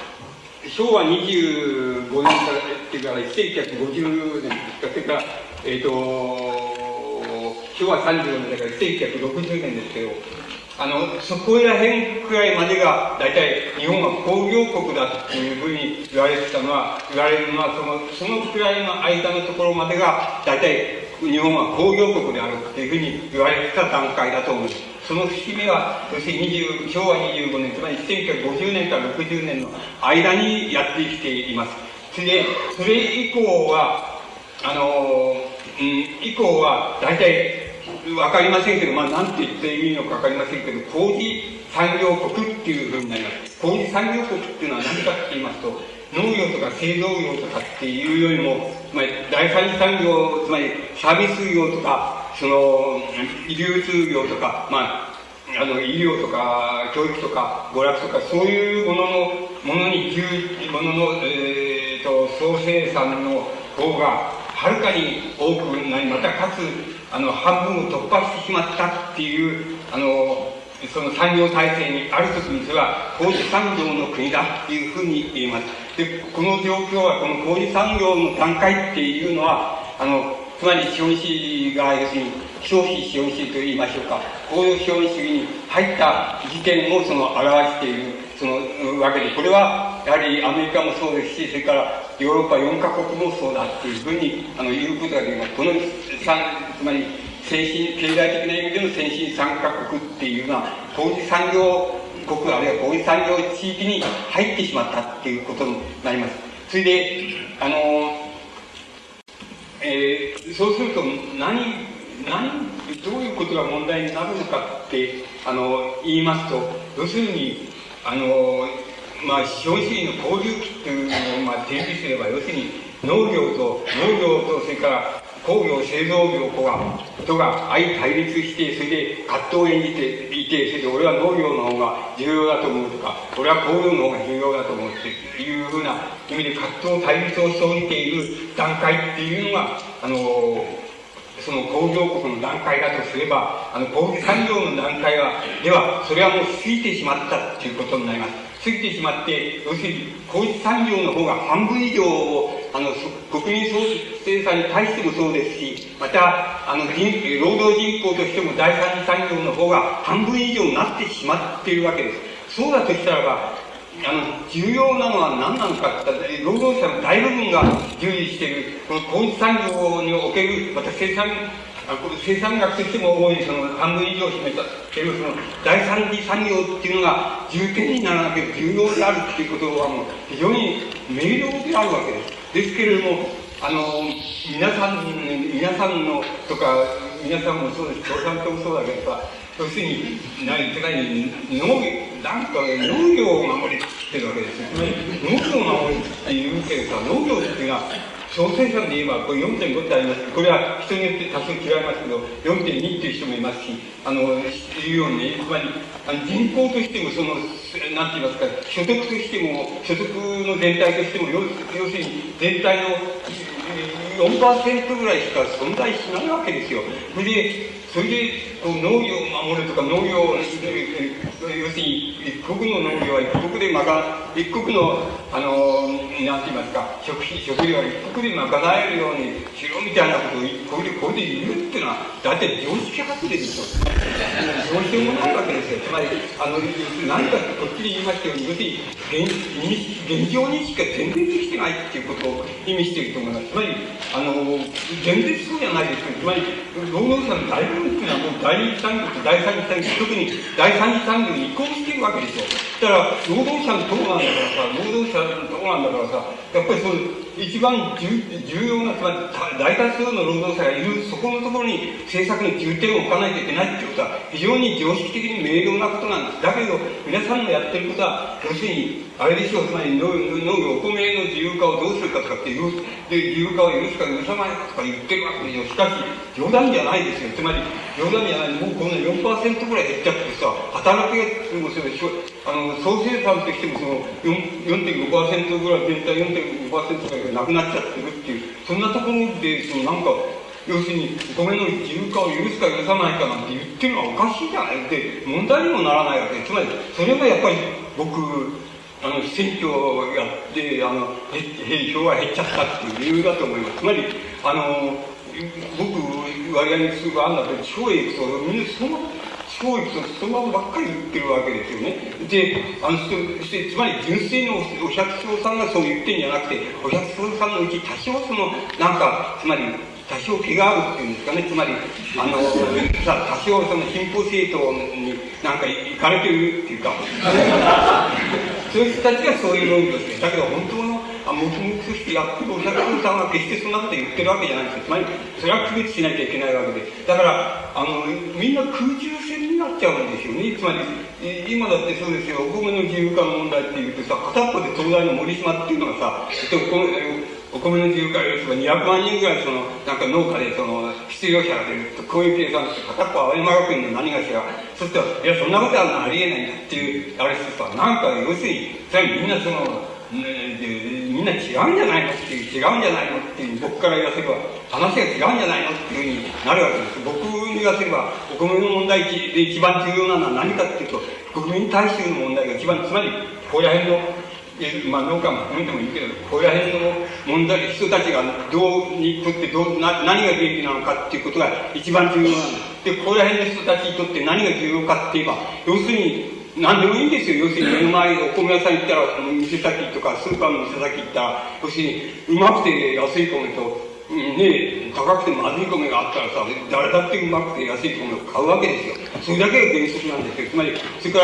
25年からっていうから1950年ですか、それから、昭和35年だから1960年ですけど、そこら辺くらいまでが、大体日本は工業国だっていうふうに言われるのは、そのくらいの間のところまでが、大体日本は工業国であるっていうふうに言われてた段階だと思います。その節目は、要するに昭和25年、つまり1950年から60年の間にやってきています。それ以降は、大体、わかりませんけど、なんて言っていいのかわかりませんけど、工事産業国っていうふうになります。工事産業国っていうのは何かって言いますと、農業とか製造業とかっていうよりも、つまり第三次産業、つまりサービス業とか、流通業とか、医療とか、教育とか、娯楽とか、そういうものに総生産の方が、はるかに多くなり、またかつ、半分を突破してしまったっていう、その産業体制にあるときに、それは工事産業の国だっていうふうに言います。で、この状況は、この工事産業の段階っていうのは、つまり資本主義が、要するに、消費資本主義と言いましょうか、工業資本主義に入った時点を表している、わけで、これは、やはりアメリカもそうですし、それからヨーロッパ4カ国もそうだっていうふうに、言うことができます。このつまり、経済的な意味での先進3カ国っていうのは、工事産業国、あるいは工事産業地域に入ってしまったっていうことになります。それで、そうすると、どういうことが問題になるのかって言いますと、要するに資本主義の交流期っていうのを定義すれば、要するに農業とそれから工業製造業とが相対立して、それで葛藤を演じていて、それで俺は農業の方が重要だと思うとか、俺は工業の方が重要だと思うっていうふうな意味で葛藤対立を生じている段階っていうのがその工業国の段階だとすれば、工事産業の段階では、それはもう過ぎてしまったということになります。過ぎてしまって、要するに工事産業の方が半分以上を、国民総生産に対してもそうですし、また、労働人口としても第三次産業の方が半分以上になってしまっているわけです。そうだとしたらば、重要なのは何なのかって言ったら、労働者の大部分が従事している、この工事産業における、また生産額としても多い、半分以上を占めたけど、第三次産業っていうのが重点にならなければ重要であるっていうことはもう非常に明瞭であるわけです。ですけれども、皆さんのとか、 皆さんもそうです、共産党もそうだけどさ、要するに、世界になんか農業を守りってるわけですよ。つまり、農業を守りっていうけどさ、農業っていうのは、総生産で言えば、これ 4.5 ってあります。これは人によって多数違いますけど、4.2 っていう人もいますし、いうように、つまり、人口としても、なんて言いますか、所得としても、所得の全体としても、要するに、全体の4% ぐらいしか存在しないわけですよ。それでこう農業を守るとか、農業を、要するに、一国の農業は一国で一国の、なんて言いますか、食料は一国で賄えるようにしろみたいなことを、これで言うっていうのは、だって常識外れでしょ。どうしようもないわけですよ。つまり、何かこっちで言いましたように、要するに、現状にしか全然できてないっていうことを意味していると思います。つまり、全然そうじゃないですけど、つまり、労働者の大部分っていうのはもう第二産業と第三次産業、特に第三次産業に移行しているわけですよ。だから、労働者の党なんだからさ、やっぱり一番重要な、つまり大多数の労働者がいる、そこのところに政策の重点を置かないといけないっていうことは、非常に常識的に明瞭なことなんです。だけど、皆さんのやってることは、要するに、あれでしょう、つまり農業、お米の自由化をどうするかとかっていう、で、自由化を許すか許さないかとか言ってるわけでしょ。しかし、冗談じゃないですよ。つまり、冗談じゃない、もうこの 4% ぐらい減っちゃってさ、働きが、総生産としても4.5% ぐらい、全体 4.5% ぐらいがなくなっちゃってるっていう、そんなところで、なんか、要するに、お米の自由化を許すか許さないかなんて言ってるのはおかしいじゃないで、問題にもならないわけで、つまり、それがやっぱり僕、選挙をやって、票が減っちゃったっていう理由だと思います。つまり、僕、割合にするあんだと、地方へ行くと、みんな地方へ行くと、そのままばっかり言ってるわけですよね。で、つまり、純粋のお百姓さんがそう言ってんじゃなくて、お百姓さんのうち多少なんか、つまり、多少毛があるっていうんですかね、つまり、多少進歩政党になんか行かれてるっていうか、そういう人たちがそういう論理をして、だけど本当の、黙々としてやってるお百姓さんは決してそんなこと言ってるわけじゃないんですよ。つまり、それは区別しなきゃいけないわけで。だから、みんな空中戦になっちゃうんですよね。つまり、今だってそうですよ、お米の自由化の問題っていうとさ、片っぽで東大の森島っていうのがさ、お米の自由化を要するに200万人ぐらいなんか農家で失業者が出ると、こういう計算して片っぽは青山学院の何がしら、そうすると、いや、そんなことはありえないんだっていう、あれするとさ、なんか要するに、それはみんなみんな違うんじゃないのっていう、違うんじゃないのっていう、僕から言わせれば、話が違うんじゃないのっていうふうになるわけです。僕に言わせれば、お米の問題で一番重要なのは何かっていうと、国民大衆の問題が一番、つまり、ここら辺の、農家も含めてもいいけど、ここら辺の問題、人たちがにとって何が利益なのかっていうことが一番重要なんです。で、ここら辺の人たちにとって何が重要かって言えば、要するに、何でもいいんですよ。要するに目の前にお米屋さん行ったら、店先とかスーパーの店先行ったら、要するに、うまくて安い米と、高くてまずい米があったらさ、誰だってうまくて安い米を買うわけですよ。それだけが原則なんですよ。つまり、それから、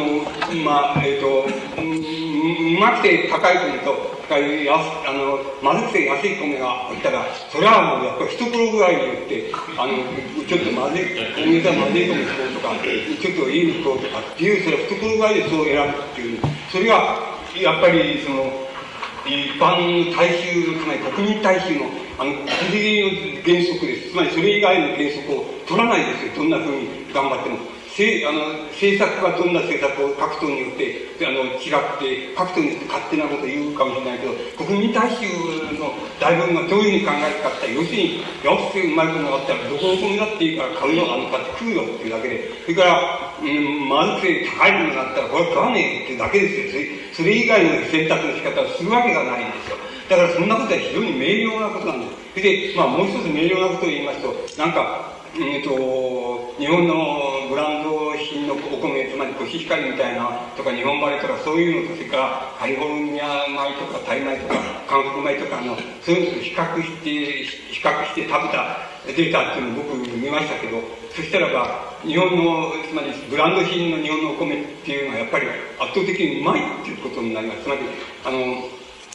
うまくて高い米と、まずくて安い米があったら、それはもうやっぱり一頃ぐらいによって、ちょっとまずい、米がまずい米作ろうとか、ちょっといいの作ろうとかっていう、それは一頃ぐらいでそう選ぶっていう、それが、やっぱり一般の大衆、つまり国民大衆の、基本的な原則です。つまりそれ以外の原則を取らないですよ。どんな風に頑張っても。政策がどんな政策を各党によって違って各党によって勝手なことを言うかもしれないけど、国民大衆の大部分がどういうふうに考えるかって要するに安くてうまいものがあったらどこの米だっていいから買うよ、買って食うよっていうだけで、それからまずくて高いものがあったらこれは買わねえっていうだけですよ。それ以外の選択の仕方をするわけがないんですよ。だからそんなことは非常に明瞭なことなんです。それでもう一つ明瞭なことを言いますと、なんか日本のブランド品のお米、つまりコシヒカリみたいなとか日本米とかそういうのと、それからカリフォルニア米とかタイ米とか韓国米とかそういうのと比較して食べたデータっていうのを僕見ましたけど、そしたらば日本の、つまりブランド品の日本のお米っていうのはやっぱり圧倒的にうまいっていうことになります。つまり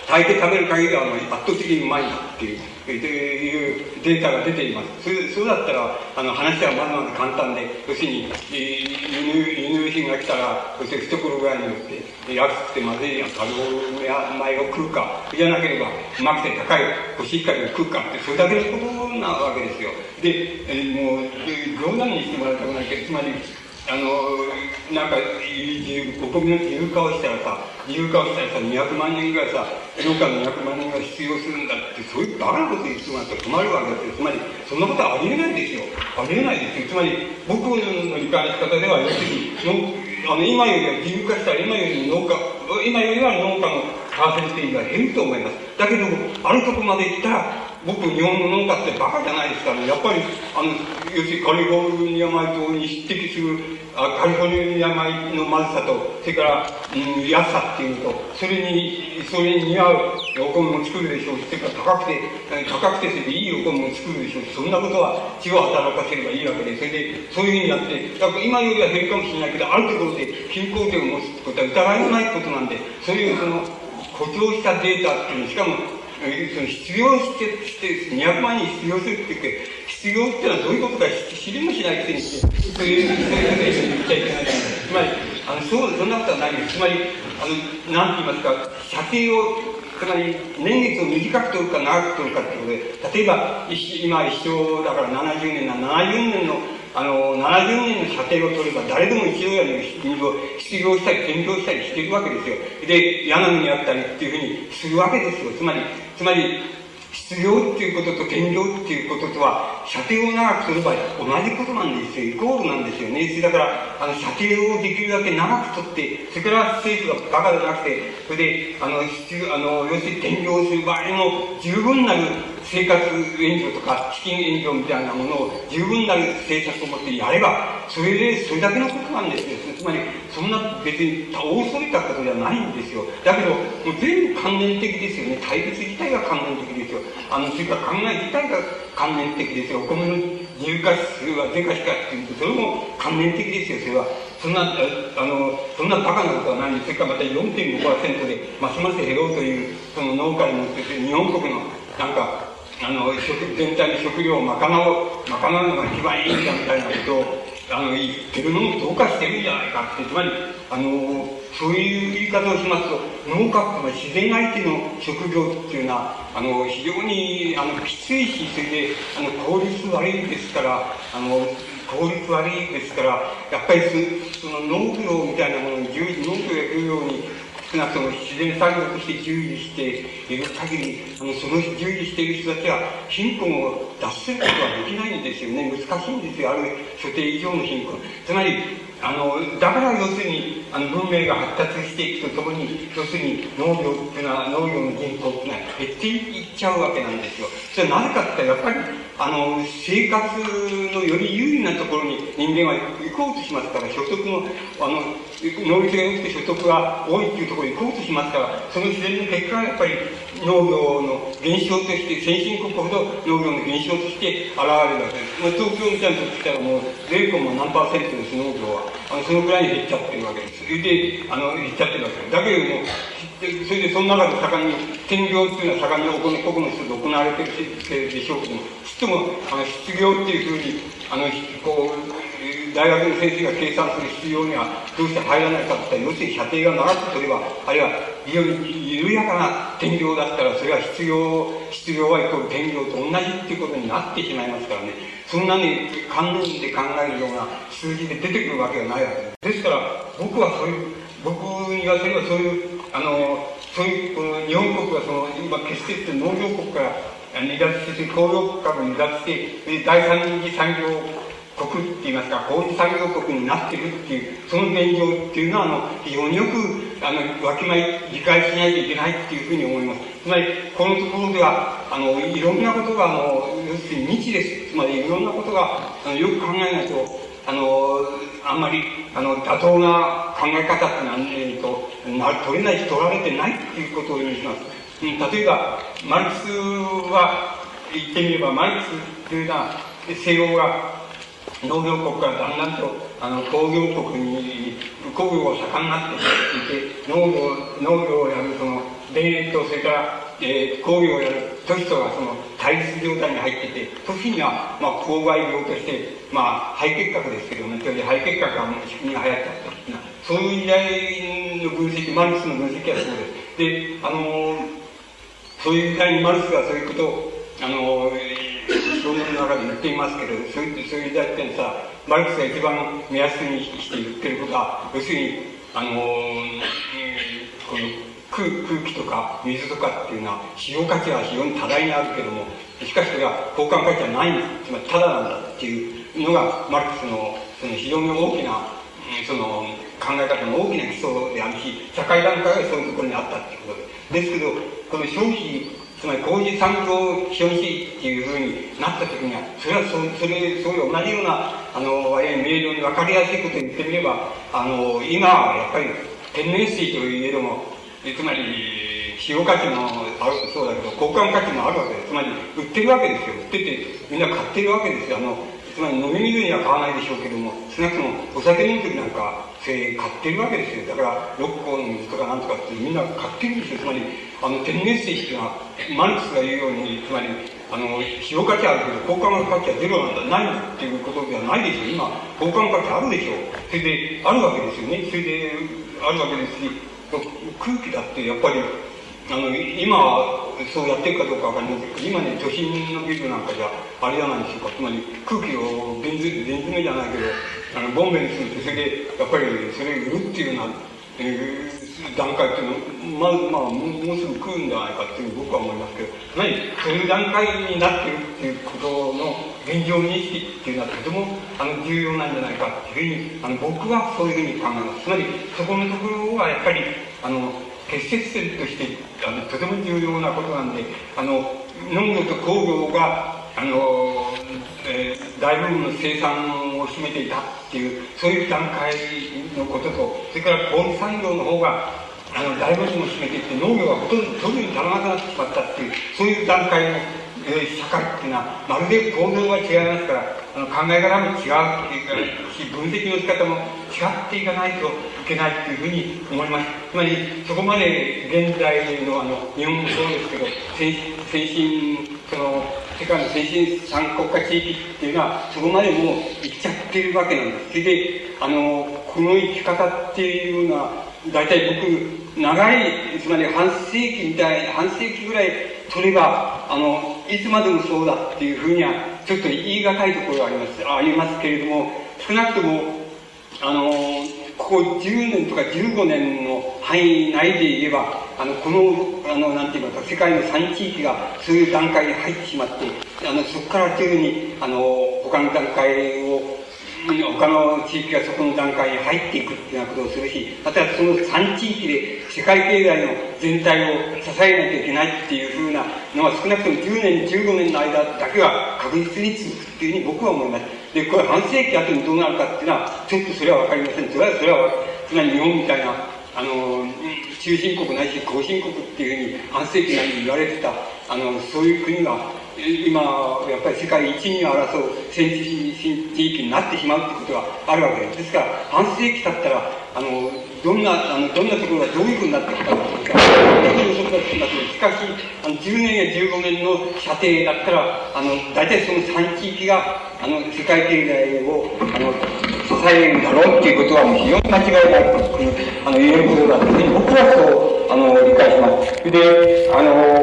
炊いて食べる限りは圧倒的にうまいなっていうデータが出ています。そうだったら、話はまだまだ簡単で、要するに、輸入品が来たら、要するに懐ぐらいによって、安くてまずい食べ米を食うか、じゃなければ、うまくて高いコシヒカリを食うかって、それだけのことなわけですよ。で、もう、冗談にしてもらいたくないけど、つまり、なんか、お米の自由化をしたらさ、200万人ぐらいさ、農家の200万人が必要するんだって、そういうバカなこと言ってもらったら困るわけですよ。つまり、そんなことはありえないですよ。ありえないですよ。つまり、僕の理解の仕方では、要するに、今よりは自由化したら、今よりは農家のパーセンテージが減ると思います。だけど、あるとこまで行ったら、僕、日本の農家ってバカじゃないですからね。やっぱり、要するにカリフォルニア米とに匹敵する、カリフォルニア米のまずさと、それから、安さっていうのと、それに似合うお米も作るでしょうし、それから高くてそれでいいお米も作るでしょうし、そんなことは血を働かせればいいわけで、それで、そういうふうにやって、だから今よりは減るかもしれないけど、あるところで均衡点を持つってことは疑いのないことなんで、そういう誇張したデータっていうの、しかも、失業して200万人失業するって言って、失業っていうのはどういうことか知りもしないくせにして、そういうこと言っちゃいけない。つまり、そんなことはないんです。つまり、なんて言いますか、射程を、つまり、年月を短く取るか長く取るかってことで、例えば、今一生だから70年の射程を取れば、誰でも一度やり失業したり、転業したりしてるわけですよ。で、柳にあったりっていうふうにするわけですよ。つまり、失業っていうことと転業っていうこととは、射程を長くすれば同じことなんですよ。イコールなんですよね。だから、射程をできるだけ長く取って、それから政府がバカじゃなくて、それで、要するに転業する場合の十分なる生活援助とか資金援助みたいなものを十分なる政策を持ってやれば、それだけのことなんですよ。つまり、そんな別に大それたことじゃないんですよ。だけど、もう全部関連的ですよね。対立自体が関連的ですよ。それから考え自体が関連的ですよ。お米の自由化数は是か非かっていうと、それも関連的ですよ、それは。そんなバカなことはないんです。それからまた 4.5% で、ますます減ろうという、その農家によって、日本国の、なんか、全体の食料を賄うのが一番いいんだみたいなことを、言ってるのもどうかしてるんじゃないかって、つまり、そういう言い方をしますと、農家っていうのは自然相手の職業っていうのは、非常に、きついし、それで、効率悪いですから、やっぱりその農業みたいなものに農業や漁業に少なくとも自然作業として従事している限り、その従事している人たちは貧困を脱することはできないんですよね。難しいんですよ。ある所定以上の貧困。つまり、だから要するに、文明が発達していくとともに、要するに農業っていうのは、農業の人口っていうのは減っていっちゃうわけなんですよ。それはなぜかって言ったら、やっぱり、生活のより有利なところに人間は行こうとしますから、所得の、能率が良くて所得が多いっていうところに行こうとしますから、その自然の結果がやっぱり農業の減少として、先進国ほど農業の減少として現れるわけです。東京みたいなとこ来たらもう 0. 何%です、農業は。そのくらいに減っちゃってるわけです。で、減っちゃってるわけです。だけれども、それでその中で盛んに、転業っていうのは盛んに個々の人で行われてるでしょうけども、ちっとも、失業っていうふうに、大学の先生が計算する必要にはどうして入らないかって言ったら、要するに射程が長く取れば、あるいは非常に緩やかな転業だったら、それは失業はイコール転業と同じっていうことになってしまいますからね。そんなに関連で考えるような数字で出てくるわけがないわけです。ですから、僕に言わせればそういうこの日本国が今決して農業国から離脱して、工業国から離脱して、第三次産業国って言いますか、工事産業国になっているっていう、その現状っていうのは、非常によく、わきまえ、理解しないといけないっていうふうに思います。つまり、このところでは、いろんなことが、要するに未知です。つまり、いろんなことが、よく考えないと、あんまり、妥当な考え方っていうのは、取れないし取られてないっていうことを意味します。例えば、マルクスは、言ってみれば、マルクスというのは、西欧が、農業国からだんだんと工業国に工業が盛んになっていて農業をやる米とそれから、工業をやる都市とがその対立状態に入っていて、都市には、購買業として、肺結核ですけどね、肺結核が仕組みが流行ったというな、そういう時代の分析、マルクスの分析はそうです。で、そういう時代にマルクスがそういうことを、小説の中で言っていますけど、そういう時代ってさ、マルクスが一番目安にして言ってることは、要するに、この空気とか水とかっていうのは、使用価値は非常に多大にあるけども、しかしそれは交換価値はないんだ、つまりただなんだっていうのが、マルクスのその非常に大きな、その考え方の大きな基礎であるし、社会段階がそういうところにあったっていうことです。ですけど、この消費、つまり工事産業資本主義っていうふうになった時には、それはそういう同じような、割合明瞭に分かりやすいことを言ってみれば、今はやっぱり天然水といえども、つまり、使用価値もある、そうだけど、交換価値もあるわけです。つまり、売ってるわけですよ。売ってて、みんな買ってるわけですよ。つまり飲み水には買わないでしょうけども、少なくともお酒飲む時なんか、買ってるわけですよ。だから、六甲の水とかなんとかってみんな買ってるんですよ。つまり、天然水っていうのは、マルクスが言うように、つまり、使用価値あるけど、交換価値はゼロなんだ、ないんだっていうことではないでしょう。今、交換価値あるでしょう。それで、あるわけですよね。それで、あるわけですし、空気だってやっぱり、今はそうやってるかどうかわかりませんけど、今ね、都心のビルなんかじゃ、あれじゃないでしょうか。つまり、空気を瓶詰めじゃないけど、ボンベにするって、それで、やっぱり、それ売るっていうような、段階っていうのは、もうすぐ来るんじゃないかっていう僕は思いますけど、そういう段階になってるっていうことの現状認識っていうのはとても重要なんじゃないかっていうふうに、僕はそういうふうに考えます。つまり、そこのところはやっぱり、結節点としてとても重要なことなんで、農業と工業が大部分の生産を占めていたっていう、そういう段階のことと、それから工事産業の方が大部分を占めていて、農業がほとんど特に足らなくなってしまったっていう、そういう段階の、社会っていうのは、まるで構造が違いますから、考え方も違うっていうか、分析の仕方も違っていかないといけないっていうふうに思います。つまり、そこまで現在の日本もそうですけど、先進、世界の先進産国家地域っていうのは、そこまでもう行っちゃっているわけなんです。それで、この生き方っていうのは、大体僕、長い、つまり半世紀ぐらい取れば、いつまでもそうだっていうふうには、ちょっと言い難いところがありますけれども、少なくとも、ここ10年とか15年の範囲内で言えば、この、なんて言いますか、世界の3地域がそういう段階に入ってしまって、そこから徐々に、他の段階を、他の地域がそこの段階に入っていくっていうようなことをするし、またその3地域で世界経済の全体を支えなきゃいけないっていうふうなのは少なくとも10年、15年の間だけは確実に続くっていうふうに僕は思います。で、これ半世紀後にどうなるかっていうのは、ちょっとそれはわかりません。それは、つまり日本みたいな、中進国ないし後進国っていうふうに半世紀内に言われてた、そういう国が、今、やっぱり世界一に争う先進地域になってしまうってことがあるわけです。ですから、半世紀経ったら、どんなところがどういうふうになっていくかっていうか、全く予測がつきます。しかし、10年や15年の射程だったら、大体その3地域が、世界経済を、支えるんだろうっていうことはもう非常に間違いなく、言えることだというふうに僕はそう、理解します。で、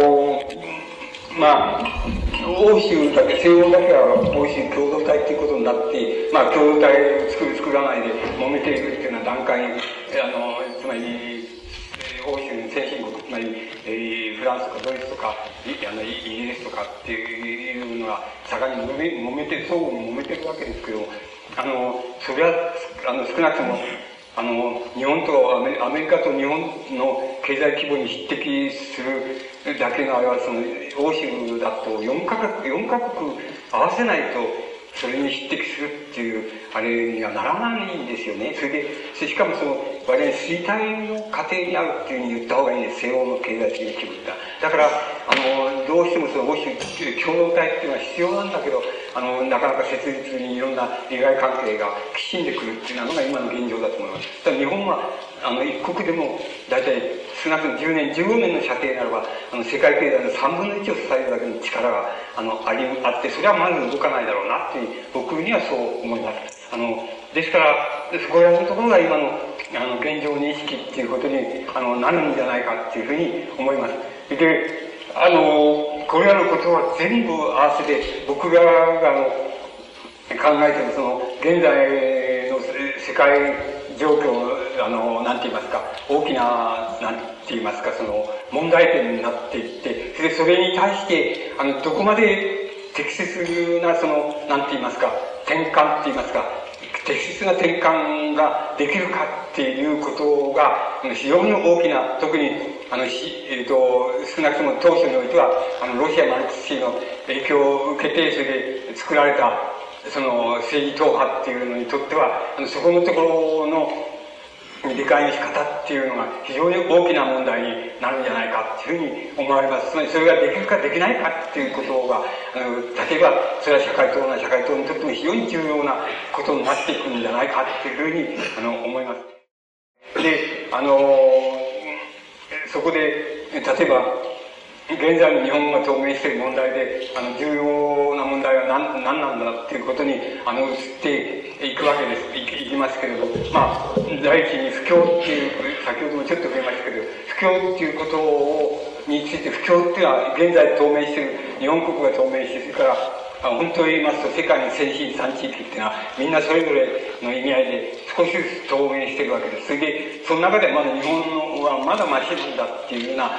欧州だけ、西欧だけは欧州共同体っていうことになって、共同体を作らないで揉めていくっていうような段階に、つまり、欧州の先進国、つまり、フランスとかドイツとか、イギリスとかっていうのが盛んに揉めて、相互に揉めてるわけですけど、それは、少なくとも、日本とアメリカと日本の経済規模に匹敵するだけのあれは、欧州だと4カ国合わせないと、それに匹敵するっていう、あれにはならないんですよね。それで、しかも我々衰退の過程にあるっていうふうに言った方がいいんです。西欧の経済的な規模だ。だから、 どうしてもその欧州共同体っていうのは必要なんだけど、なかなか切実にいろんな利害関係がきしんでくるっていうのが今の現状だと思います。ただ日本は、一国でも、大体、少なくとも10年、15年の射程ならば、世界経済の3分の1を支えるだけの力が、あって、それはまず動かないだろうなっていう、僕にはそう思います。ですから、そこら辺のところが今の、現状認識っていうことに、なるんじゃないかっていうふうに思います。で、これらのことは全部合わせて、僕が、考えてるその、現在の世界状況、なんて言いますか、大きな、なんて言いますか、その、問題点になっていって、それに対して、どこまで適切な、その、なんて言いますか、転換って言いますか、適切な転換ができるかっていうことが、非常に大きな、特に、少なくとも当初においては、ロシアマルクス主義の影響を受けて、それで作られた、その政治党派っていうのにとっては、そこのところの理解の仕方っていうのが非常に大きな問題になるんじゃないかっていうふうに思われます。つまりそれができるかできないかっていうことが、例えばそれは社会党にとっても非常に重要なことになっていくんじゃないかっていうふうに思います。で、そこで、例えば、現在の日本が当面している問題で、重要な問題は何なんだっていうことに、移っていくわけです。いきますけれど、まあ、第一に不況っていう、先ほどもちょっと触れましたけど、不況っていうことについて、不況っていうのは、現在当面している、日本国が当面している、それから、本当に言いますと、世界の先進3地域っていうのは、みんなそれぞれの意味合いで少しずつ当面しているわけです。それで、その中でまだ日本はまだマシなんだっていうような、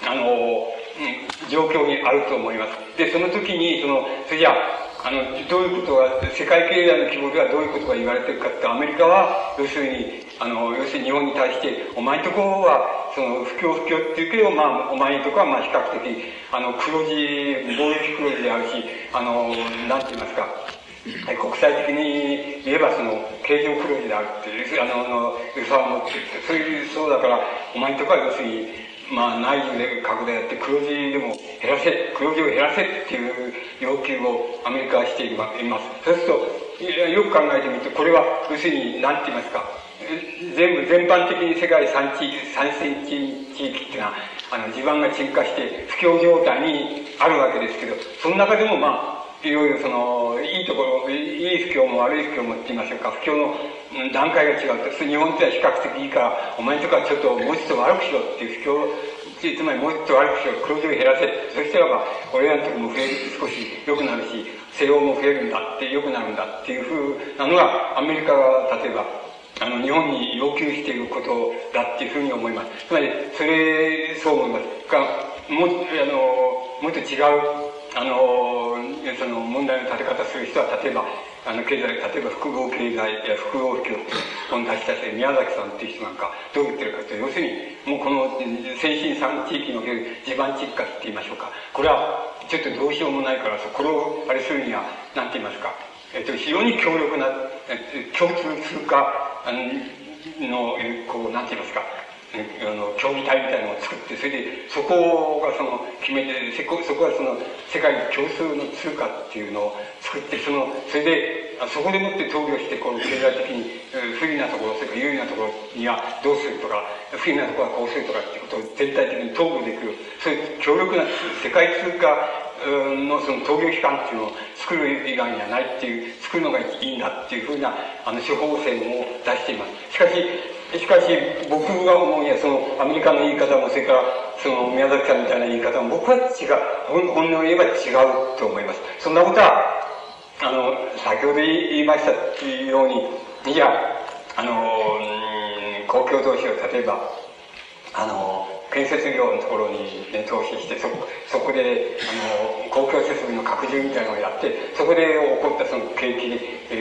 状況にあると思います。で、その時に、それじゃあ、どういうことが、世界経済の規模ではどういうことが言われてるかって、アメリカは、要するに日本に対して、お前んとこは、不況って言うけど、まあ、お前んとこは、まあ、比較的、貿易黒字であるし、なんて言いますか、国際的に言えば経常黒字であるっていう、予算を持っている。そうだから、お前んとこは要するに、まあ、内需で拡大やって黒字でも減らせ、黒字を減らせっていう要求をアメリカはしています。そうすると、よく考えてみると、これは、要するに、なんて言いますか、全般的に世界3先進地域っていうのは、地盤が沈下して不況状態にあるわけですけど、その中でもまあ、いろいろいいところ、いい不況も悪い不況もって言いましょうか、不況の段階が違うと。日本っては比較的いいから、お前んとこはちょっともうちょっと悪くしろっていう不況、つまりもうちょっと悪くしろ、黒字を減らせ。そしたらば、俺らのとこも少し良くなるし、世用も増えるんだって、良くなるんだっていうふうなのが、アメリカが例えば、日本に要求していることだっていうふうに思います。つまり、そう思います。もっと違う、その問題の立て方する人は、例えば複合経済や複合不況って本出した人、宮崎さんっていう人なんか、どう言ってるかというと、要するに、もうこの先進3地域における地盤沈下って言いましょうか。これは、ちょっとどうしようもないから、これをあれするには、なんて言いますか、非常に強力な、共通通貨の、なんて言いますか、競技体みたいなのを作って、それで、そこが決めて、そこが世界共通の通貨っていうのを作って、それで、そこでもって投与して、経済的に不利なところ、それから有利なところにはどうするとか、不利なところはこうするとかっていうことを全体的に投与できる、そういう強力な世界通貨の投与機関っていうのを作る以外にはないっていう、作るのがいいんだっていうふうな、処方箋を出しています。しかし、僕が思うには、アメリカの言い方も、それから、宮崎さんみたいな言い方も、僕は違う。本音を言えば違うと思います。そんなことは、先ほど言いましたっていうように、じゃあ、公共投資を例えば、建設業のところに、ね、投資して、そこで、公共設備の拡充みたいなのをやって、そこで起こった景気、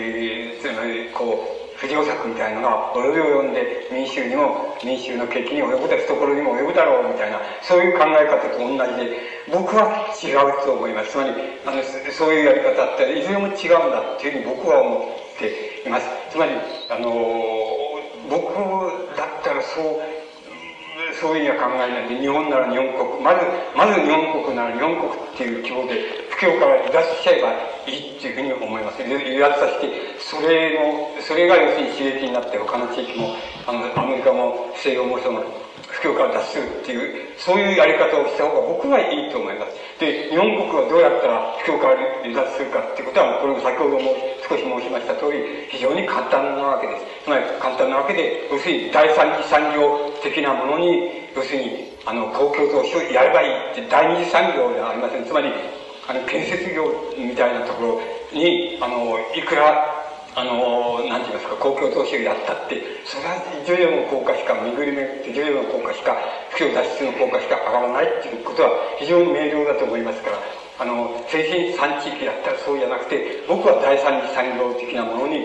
不良作みたいなのが及んで民衆の景気に及ぶだ、懐にも及ぶだろうみたいな、そういう考え方と同じで、僕は違うと思います。つまり、そういうやり方っていずれも違うんだっていうふうに僕は思っています。つまり、僕だったらそういうふうには考えないで、日本なら日本国、まず日本国なら日本国っていう希望で、不況から離脱しちゃえばいいっていうふうに思います。離脱させて、それが要するに刺激になって、他の地域も、アメリカも西洋もその、不況から脱するっていう、そういうやり方をした方が僕はいいと思います。で、日本国はどうやったら不況から離脱するかっていうことは、これも先ほども少し申しました通り、非常に簡単なわけです。つまり簡単なわけで、要するに第三次産業的なものに、要するに、公共投資をやればいいって、第二次産業ではありません。つまり、建設業みたいなところに、いくら、なんて言いますか、公共投資をやったって、それは徐々の効果しか、巡り巡って徐々の効果しか、不況脱出の効果しか上がらないっていうことは非常に明瞭だと思いますから、先進産地域だったらそうじゃなくて、僕は第三次産業的なものに、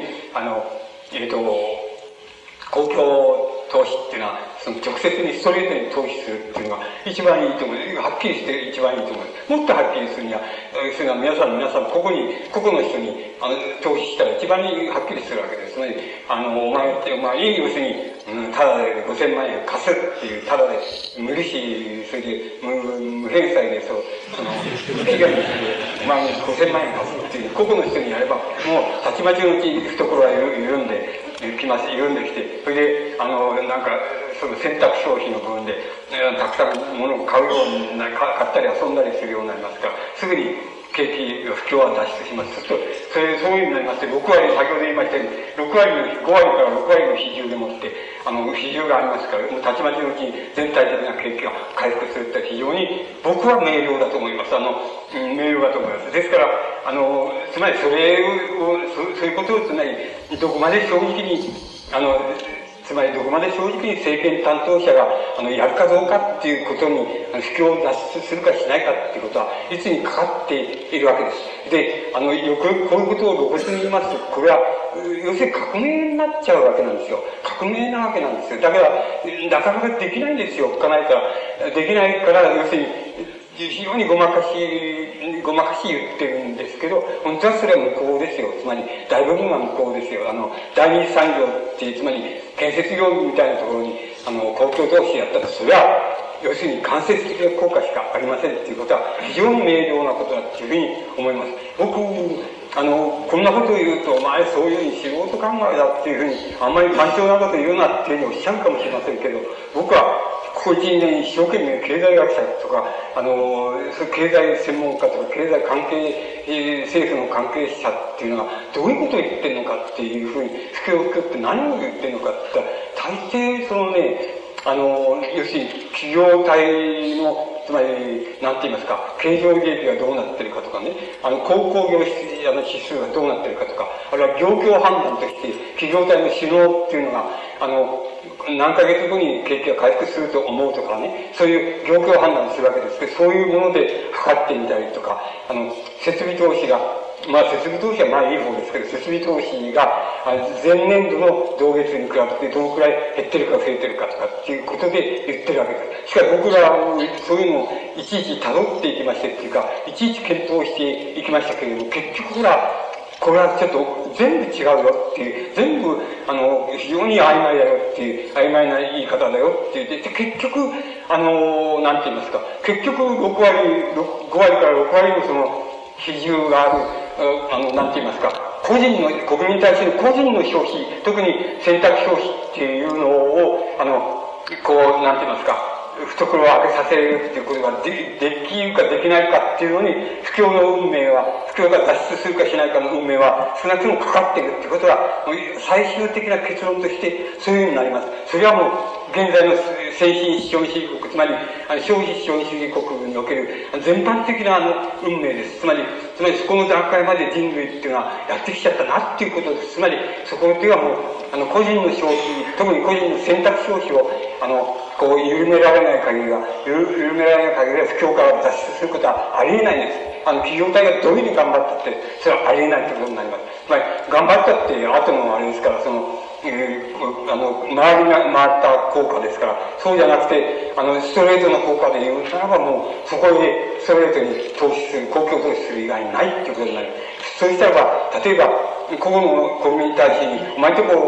公共投資っていうのは、その直接にストレートに投資するっていうのが一番いいと思う。はっきりして一番いいと思う。もっとはっきりするには、皆さん、個々の人に、投資したら一番はっきりするわけです。つまり、お前、要するに、ただで5000万円貸すっていう、ただで、無利子、それで、無返済で、被害にして、お前に5000万円貸すっていう、個々の人にやれば、もう、たちまちのうち懐は緩んできて、それで、その選択消費の部分で、たくさん物を買うように買ったり遊んだりするようになりますから、すぐに景気、不況は脱出します。そういうふうになりまして、6割、先ほど言いましたように、5割から6割の比重でもって、比重がありますから、もうたちまちのうちに全体的な景気が回復するって非常に、僕は明瞭だと思います。明瞭だと思います。ですから、つまりそういうことを、つまり、どこまで正直に、つまりどこまで正直に政権担当者がやるかどうかっていうことに不況を脱出するかしないかっていうことはいつにかかっているわけです。で、よくこういうことを露骨に言いますと、これは要するに革命になっちゃうわけなんですよ。革命なわけなんですよ。だからなかなかできないんですよ。できないから、要するに非常にごまかし言ってるんですけど、本当はそれは無効ですよ。つまり、大部分は無効ですよ。第二次産業っていう、つまり、建設業みたいなところに、公共投資やったら、それは、要するに間接的な効果しかありませんっていうことは、非常に明瞭なことだっていうふうに思います。僕、こんなことを言うと、お前そういうふうに素人考えだっていうふうに、あんまり単調なこと言うなっていうふうにおっしゃるかもしれませんけど、僕は、個人で一生懸命経済学者とか、経済専門家とか、経済関係、政府の関係者っていうのが、どういうことを言ってるのかっていうふうに、不況って何を言ってるのかって言ったら、大抵そのね、要するに企業体の、つまり、なんて言いますか、経常利益がどうなってるかとかね、鉱工業指数がどうなってるかとか、あるいは業況判断として、企業体の首脳っていうのが、何ヶ月後に景気が回復すると思うとかね、そういう業況判断をするわけですけど、そういうもので測ってみたりとか、設備投資が、設備投資はいい方ですけど、設備投資が、前年度の同月に比べてどのくらい減ってるか増えてるかとかっていうことで言ってるわけです。しかし僕らはそういうのをいちいち辿っていきましてっていうか、いちいち検討していきましたけれども、結局これはちょっと全部違うよっていう、全部、非常に曖昧だよっていう、曖昧な言い方だよって言って、結局、なんて言いますか、結局5割から6割のその比重がある、なんて言いますか、国民に対する個人の消費、特に選択消費っていうのを、なんて言いますか、懐を開けさせるっていうことができるかできないかっていうのに、不況の運命は、不況が脱出するかしないかの運命は、少なくともかかっているっていうことは、最終的な結論として、そういうふうになります。それはもう、現在の先進資本主義国、つまり、消費資本主義国における全般的な運命です。つまりそこの段階まで人類っていうのはやってきちゃったなっていうことです。つまり、そこではもう、個人の消費、特に個人の選択消費を、緩められない限りは不況から脱出することはありえないんです。企業体がどういうふうに頑張ったって、それはありえないということになります。つまり、頑張ったって後のあれですから、回った効果ですから、そうじゃなくて、ストレートの効果で言うならばもう、そこでストレートに投資する、公共投資する以外にないっていうことになる。そうしたらば、例えば、個々の国民に対してに、お前んとこ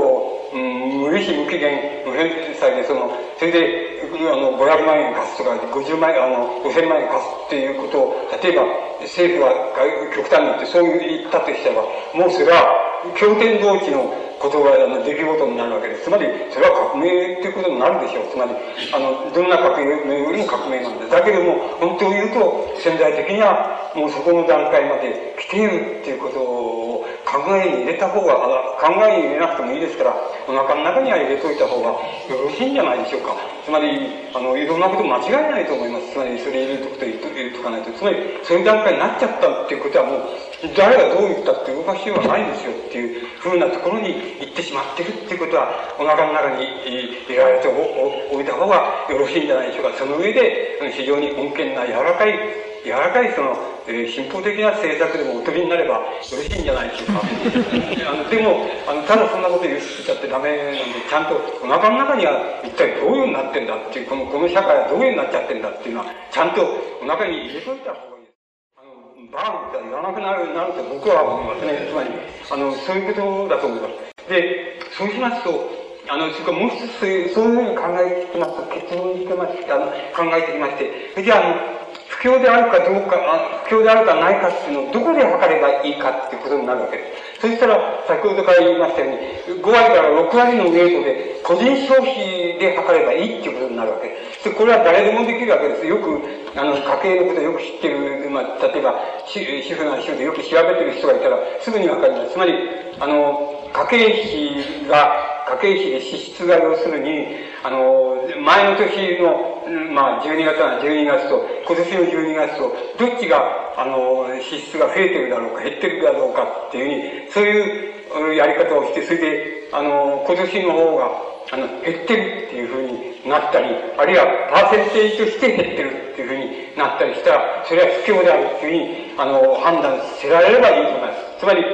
無利子無期限無返済で、それで、500万円貸すとか、50万円、5000万円貸すっていうことを、例えば、政府が極端に言ってそう言ったとしたらば、もうそれは、経典同地のことが、出来事になるわけです。つまり、それは革命っていうことになるでしょう。つまり、どんな革命よりも革命なんです。だけども、本当を言うと、潜在的には、もうそこの段階まで来ているっていうことを考えに入れた方が、考えに入れなくてもいいですから、お腹の中には入れといた方がよろしいんじゃないでしょうか。つまり、いろんなこと間違いないと思います。つまり、それ入れとくと入れとかないと。つまり、そういう段階になっちゃったっていうことはもう、誰がどう言ったって動かしようがないですよっていう風なところに行ってしまってるっていうことは、お腹の中に入れられておいた方がよろしいんじゃないでしょうか。その上で、非常に穏健な柔らかい進歩的な政策でもお取りになればよろしいんじゃないでしょうか。でも、ただそんなこと言っちゃってダメなんで、ちゃんとお腹の中には一体どういうようになってんだっていう、この社会はどういうようになっちゃってんだっていうのは、ちゃんとお腹に入れといた方がいい。バーンって言わなくなると僕は思いますね。つまり、そういうことだと思います。で、そうしますと、それからもう一つ、そういうふうに考えてきますと、結論にしてまして、考えてきまして、じゃあ、不況であるかどうか、不況であるかないかっていうのをどこで測ればいいかっていうことになるわけです。そしたら、先ほどから言いましたように、5割から6割のウェイトで、個人消費で測ればいいっていうことになるわけです。これは誰でもできるわけです。よく、家計のことをよく知ってる、例えば、主婦な主婦でよく調べてる人がいたら、すぐにわかります。つまり、家計費で支出が要するに、前の年の、12月なら12月と、今年の12月と、どっちが、支出が増えてるだろうか、減ってるだろうかっていうふうに、そういうやり方をして、それで、今年の方が、減ってるっていうふうになったり、あるいはパーセンテージとして減ってるっていうふうになったりしたら、それは不況であるっていうふうに、判断せられればいいと思います。つまり、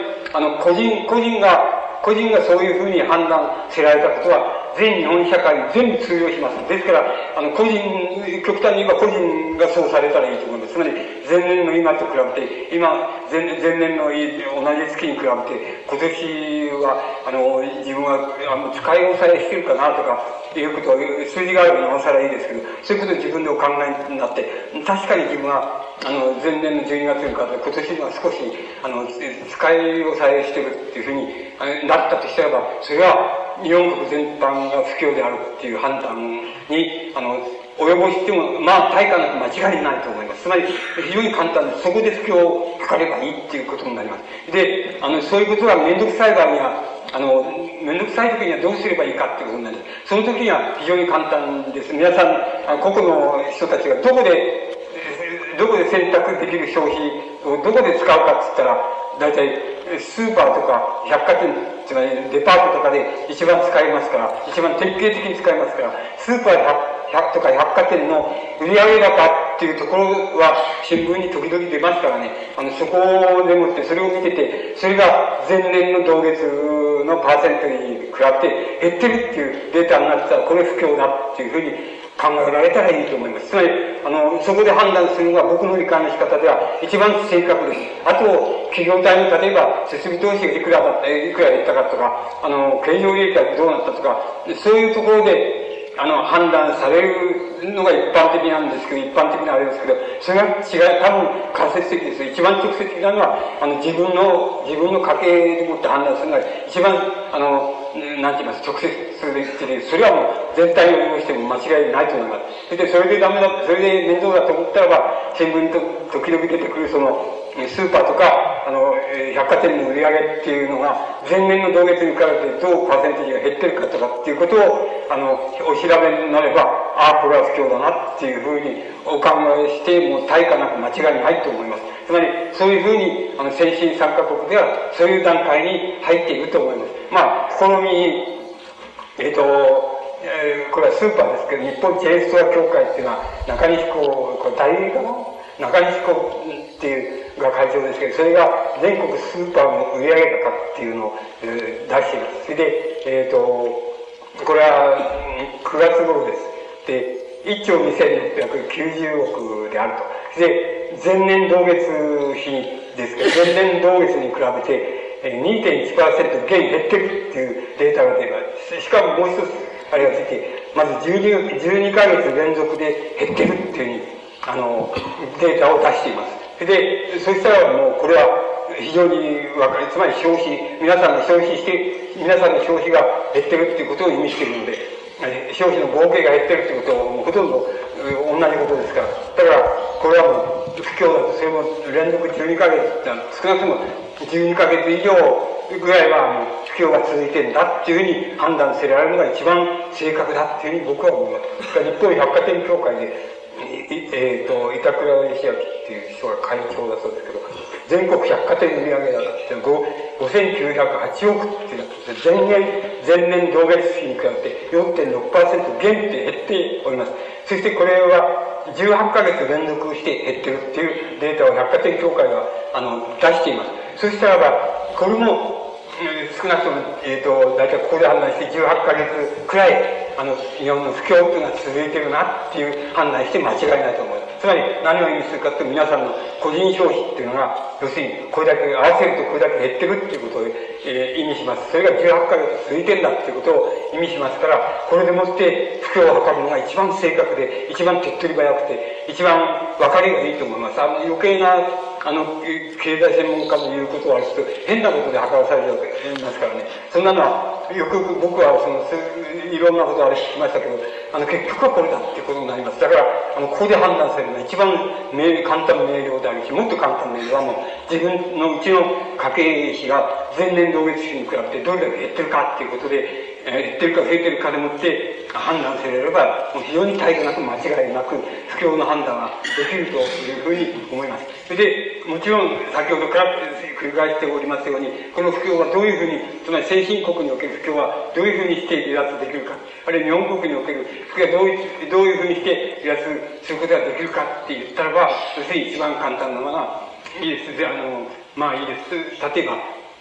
個人がそういうふうに判断せられたことは、全日本社会に全部通用します。ですから、極端に言えば個人がそうされたらいいと思います。つまり、前年の今と比べて、前年の同じ月に比べて、今年は、自分は、使い抑えしてるかなとか、いうことは、数字があればなおさらいいですけど、そういうことを自分でお考えになって、確かに自分は、前年の12月に比べて、今年は少し、使い抑えしてるっていうふうになったとしたらば、それは、日本国全般が不況であるっていう判断に、及ぼしても、対価なく間違いないと思います。つまり、非常に簡単で、そこで不況を図ればいいっていうことになります。で、そういうことがめんどくさい場合には、めんどくさい時にはどうすればいいかっていうことになります。その時には非常に簡単です。皆さん、個々の人たちがどこで選択できる消費をどこで使うかって言ったら、大体スーパーとか百貨店、つまりデパートとかで一番使いますから、一番典型的に使いますから、スーパーとか百貨店の売上高っていうところは新聞に時々出ますからね、そこでもってそれを見てて、それが前年の同月のパーセントに比べて減ってるっていうデータになってたら、これ不況だっていうふうに考えられたらいいと思います。つまり、そこで判断するのが僕の理解の仕方では一番正確です。あと、企業体に例えば、設備投資がいくら減ったかとか、経常利益がどうなったとか、そういうところで、判断されるのが一般的なんですけど、一般的なあれですけど、それが多分間接的です。一番直接的なのは、自分の家計でもって判断するのが一番、なんて言います、直接的で、それはもう全体を利用しても間違いないと思います。それでダメだ、それで面倒だと思ったらば、新聞に時々出てくるスーパーとか、百貨店の売り上げっていうのが、前年の同月に比べてどうパーセンテージが減ってるかとかっていうことを、お調べになれば、これは不況だなっていうふうにお考えして、もう対価なく間違いないと思います。つまり、そういうふうに、先進参加国では、そういう段階に入っていると思います。試みに、これはスーパーですけど、日本チェーンストア協会っていうのは、中西区、これ大かな中西区っていうが会長ですけど、それが全国スーパーの売上高っていうのを、出しています。それで、これは9月頃です。で、1兆2690億であると。で、前年同月比ですけど、前年同月に比べて、 2.1% 減ってるっていうデータが出ます。しかももう一つ、あれがついて、まず12ヶ月連続で減ってるっていうふうに、データを出しています。で、そしたらもうこれは非常にわかり、つまり消費、皆さんの消費が減ってるっていうことを意味しているので、消費の合計が減ってるっていうことはもうほとんど同じことですから。だから、これはもう不況だと、それも連続12ヶ月って少なくとも12ヶ月以上ぐらいは不況が続いてるんだっていうふうに判断せられるのが一番正確だっていうふうに僕は思います。日本百貨店協会で、板倉義明っていう人が会長だそうですけど、全国百貨店売上高って5908億ってなって、前年同月比に比べて 4.6% 減って減っております。そしてこれは18ヶ月連続して減ってるっていうデータを百貨店協会が出しています。そしたらば、これも少なくとも、大体ここで判断して18ヶ月くらい、日本の不況というのが続いてるなっていう判断して間違いないと思います。つまり何を意味するかというと、皆さんの個人消費っていうのが、要するにこれだけ合わせるとこれだけ減ってるっていうことを、意味します。それが18ヶ月続いてるんだっていうことを意味しますから、これでもって不況を図るのが一番正確で、一番手っ取り早くて、一番分かりがいいと思います。余計な経済専門家の言うことはちょっと変なことで測らされちゃいますからね。そんなのは、よく僕はいろんなことあれ聞きましたけど、結局はこれだっていうことになります。だから、ここで判断するのが一番簡単明瞭であるし、もっと簡単明瞭はもう、自分のうちの家計費が前年同月比に比べてどれだけ減ってるかっていうことで、減ってるか増えてるかでもって判断されれば、もう非常に大差なく間違いなく不況の判断ができるというふうに思います。それで、もちろん先ほどから繰り返しておりますように、この不況はどういうふうに、つまり先進国における不況はどういうふうにして離脱できるか、あるいは日本国における不況はどういうふうにして離脱することができるかって言ったらば、要するに一番簡単なのが、いいです。まあいいです。例えば、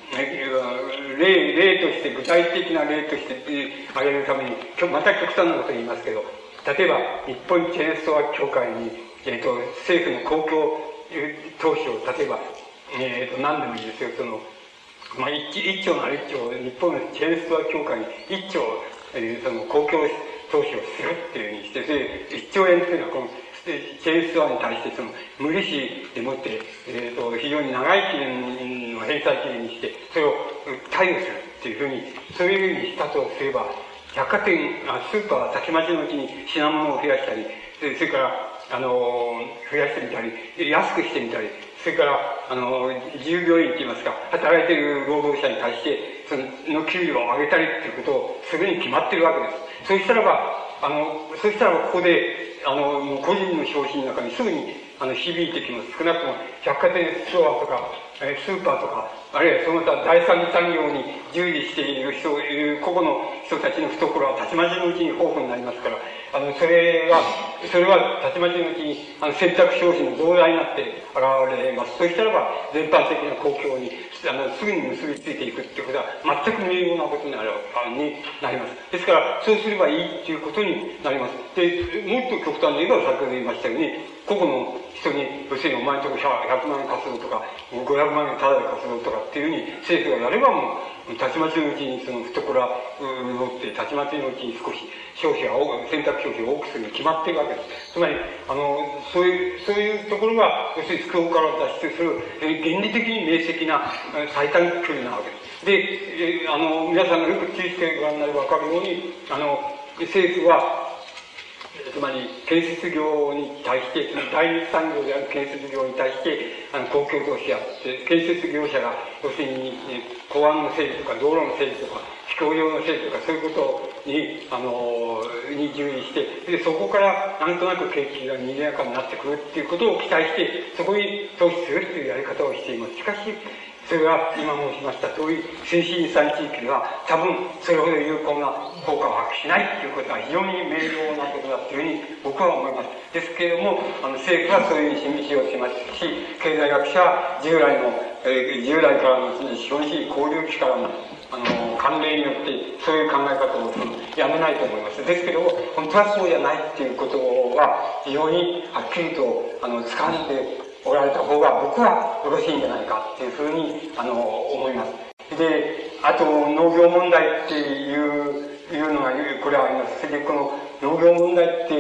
例として、具体的な例として挙げるために、また極端なことを言いますけど、例えば、日本チェーンストア協会に、政府の公共投資を、例えば、何でもいいですよ、1兆なら1兆、日本のチェーンストア協会に1兆、公共投資をするっていうふうにして、それで1兆円っていうのは、この、チェーンストアに対して無利子でもって、非常に長い期限の返済期限にして、それを貸与するっていうふうに、そういうふうにしたとすれば、百貨店、スーパーはたちまちのうちに品物を増やしたり、それから、増やしてみたり、安くしてみたり、それから、従業員って言いますか、働いている労働者に対して、その給料を上げたりっていうことをすぐに決まってるわけです。そうしたらば、ここで、個人の消費の中にすぐに、響いてきます。少なくとも、百貨店ストアとか、スーパーとか、あるいはその他第三産業に従事している個々の人たちの懐はたちまちのうちに豊富になりますから、それはたちまちのうちに、選択消費の増大になって現れます。そうしたらば、全般的な公共に、すぐに結びついていくっていうことは、全く明瞭なことになります。ですから、そうすればいいっていうことになります。で、もっと極端に言えば、先ほど言いましたように、個々の人に、要するにお前のとこ100万円貸すぞとか、500万円タダで貸すぞとかっていうふうに政府がやればもう、たちまちのうちにその懐を潤って、たちまちのうちに少し消費選択消費を多くするに決まっているわけです。つまり、そういうところが、要するに不況から脱出する、原理的に明晰な最短距離なわけです。で、皆さんがよく注意してご覧になればわかるように、政府は、つまり建設業に対して、第二産業である建設業に対して、公共投資やって、建設業者が、要するに、港湾の整備とか、道路の整備とか、飛行場の整備とか、そういうことに従事して、で、そこからなんとなく景気が賑やかになってくるっていうことを期待して、そこに投資するっていうやり方をしています。しかし、それは今申しました通り、先進産地域では多分それほど有効な効果を発揮しないということは非常に明瞭なことだというふうに僕は思います。ですけれども、政府はそういう示しをしますし、経済学者は従来からの資本主義交流期からの慣例によってそういう考え方をやめないと思います。ですけども、本当はそうじゃないっていうことは非常にはっきりと掴んでおられた方が僕はよろしいんじゃないかっていうふうに思います。 で、あと農業問題っていうのが、これはあります。それでこの農業問題って、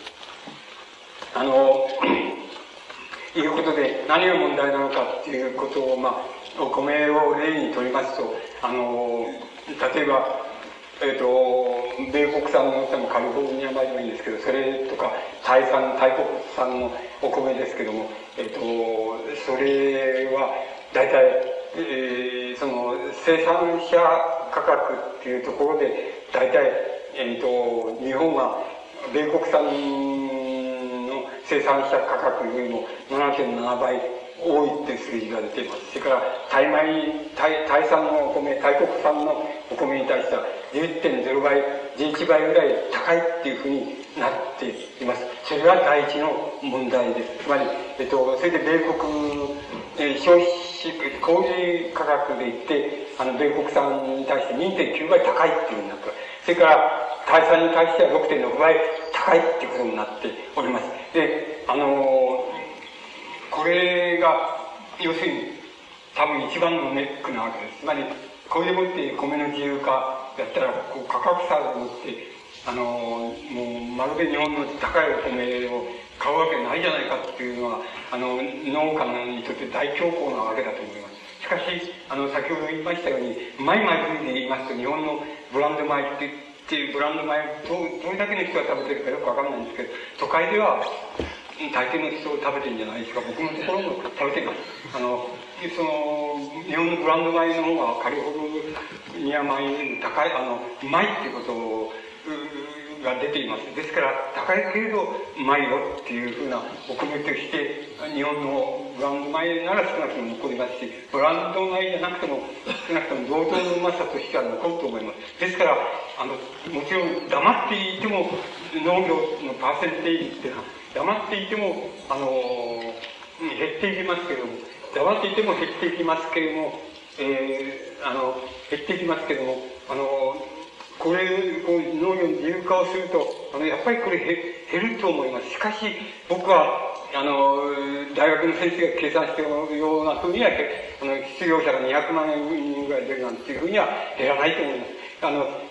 いうことで何が問題なのかっていうことを、お米を例にとりますと、例えば、米国産のカリフォルニア米でもいいんですけど、それとか、タイ国産のお米ですけども、それは、大体、その、生産者価格っていうところで、大体、日本は、米国産の生産者価格よりも 7.7 倍多いっていう数字が出ています。それから、タイ産のお米、タイ国産のお米に対しては 11.0 倍、11倍ぐらい高いっていうふうになっています。それが第一の問題です。つまり、それで米国、消費小売価格で言って、米国産に対して 2.9 倍高いっていうふうになった。それから、タイ産に対しては 6.6 倍高いっていうことになっております。で、これが、要するに、多分一番のネックなわけです。つまり、これでもって米の自由化やったら、価格差でもって、もう、まるで日本の高いお米を買うわけないじゃないかっていうのは、農家にとって大恐慌なわけだと思います。しかし、先ほど言いましたように、米で言いますと、日本のブランド米っていうブランド米をどれだけの人が食べてるかよくわかんないんですけど、都会では大抵の人を食べてるんじゃないですか。僕のところも食べています。その、日本のブランド米の方がカリフォルニア米より高い、米っていうことが出ています。ですから、高いけれど、米よっていうふうなお米として、日本のブランド米なら少なくとも残りますし、ブランド米じゃなくても、少なくとも同等のうまさとしては残ると思います。ですから、もちろん黙っていても、農業のパーセンテージっていうのは、黙っていても、減っていきますけれども、黙っていても減っていきますけれども、減っていきますけれども、これ、農業の自由化をすると、やっぱりこれ減ると思います。しかし、僕は、大学の先生が計算しているようなふうには、失業者が200万人ぐらい出るなんていうふうには減らないと思います。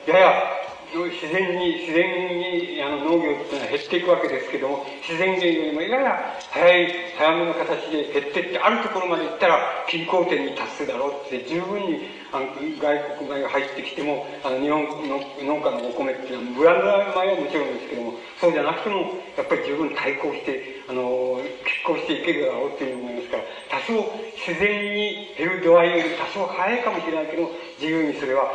やや、自然に農業っていうのは減っていくわけですけども、自然源よりもやや早めの形で減っていって、あるところまで行ったら均衡点に達するだろうって、十分に外国米が入ってきても、日本の農家のお米っていうのは、ブランド米はもちろんですけども、そうじゃなくても、やっぱり十分対抗して、拮抗していけるだろうというふうに思いますから、多少自然に減る度合いより多少早いかもしれないけど、自由にそれは、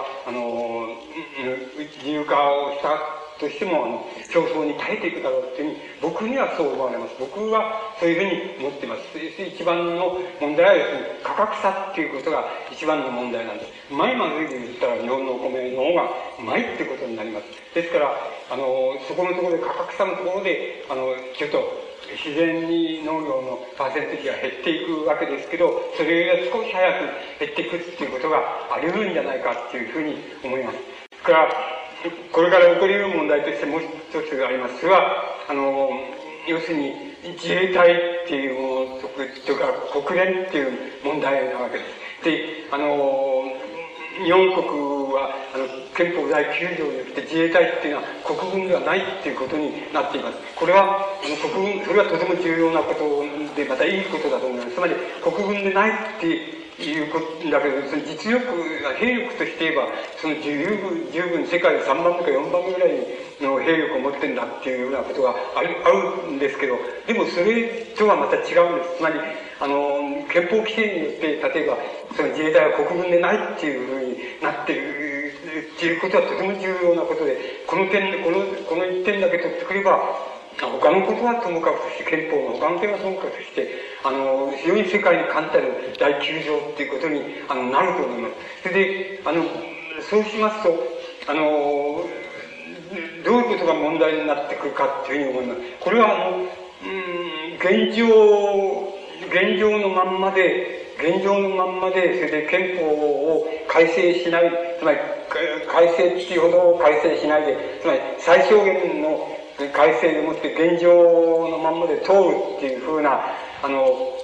自由化をしたとしても、競争に耐えていくだろうというふうに、僕にはそう思われます。僕はそういうふうに思っています。一番の問題はですね、価格差っていうことが一番の問題なんです。前までで言ったら日本のお米の方がうまいっていうことになります。ですから、そこのところで、価格差のところで、ちょっと、自然に農業のパーセンテージが減っていくわけですけど、それより少し早く減っていくっていうことがあり得るんじゃないかっていうふうに思います。それから、これから起こり得る問題としてもう一つあります。それは、要するに自衛隊っていうものとか国連っていう問題なわけです。で、日本国は憲法第9条によって自衛隊っていうのは国軍ではないっていうことになっています。これは国軍、それはとても重要なことで、またいいことだと思います。つまり国軍でないっていうことだけど、その実力、兵力として言えば、その十分世界で3番目か4番目ぐらいの兵力を持ってんだっていうようなことがあるんですけど、でもそれとはまた違うんです。つまり、憲法規定によって、例えば、その自衛隊は国軍でないっていうふうになっているっていうことはとても重要なことで、この一点だけ取ってくれば、他のことはともかくして、憲法の他の点はともかくして、非常に世界に冠たる第9条っていうことになると思います。それで、そうしますと、どういうことが問題になってくるかっていうふうに思います。これは現状のまんまで、それで憲法を改正しない、つまり、改正っていうほど改正しないで、つまり最小限の改正でもって現状のまんまで通るっていうふうな、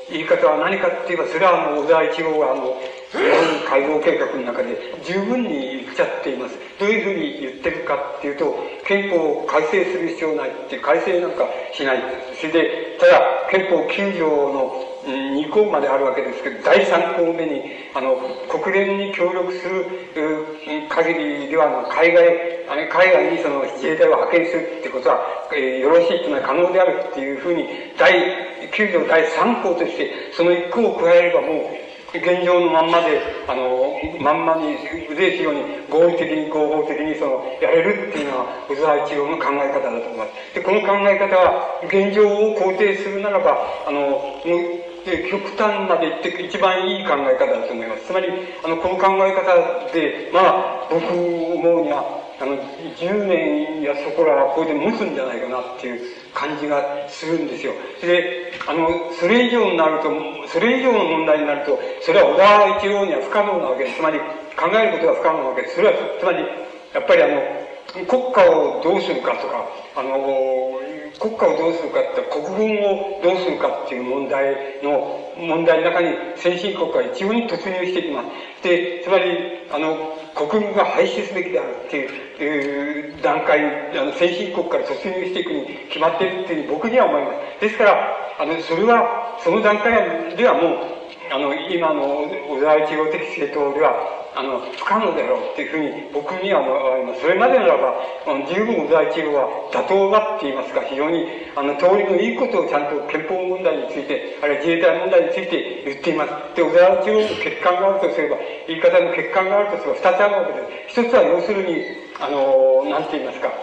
言い方は何かって言えば、それは小沢一郎は日本改造計画の中で十分に言っちゃっています。どういうふうに言ってるかっていうと、憲法を改正する必要ないって、改正なんかしない。それで、ただ、憲法9条の2項まであるわけですけど、第3項目に、国連に協力する限りでは、海外にその自衛隊を派遣するってことは、よろしいというのは可能であるっていうふうに、第9条第3項として、その1項を加えればもう、現状のまんまで、まんまに、腕すように合理的に合法的にやれるっていうのは、小沢一郎の考え方だと思います。で、この考え方は、現状を肯定するならば、極端まで言って一番いい考え方だと思います。つまり、この考え方で、僕思うには、10年やそこらはこれで持つんじゃないかなっていう感じがするんですよ。で、それ以上の問題になると、それは小沢一郎には不可能なわけです。つまり、考えることが不可能なわけです。それは、つまり、やっぱり国家をどうするかとか、国家をどうするかって、国軍をどうするかっていう問題の中に先進国が一応に突入してきます。で、つまり、国軍が廃止すべきであるっていう段階に、先進国から突入していくに決まっているっていうふうに僕には思います。ですから、それは、その段階ではもう、今の小沢一郎的政党では、不可能だろうっていうふうに僕には思います。それまでならば、十分小沢一郎は妥当だって言いますか、非常に、通りのいいことをちゃんと憲法問題について、あるいは自衛隊問題について言っています。で、小沢一郎の欠陥があるとすれば、言い方の欠陥があるとすれば、二つあるわけです。一つは要するに、なんて言いますか、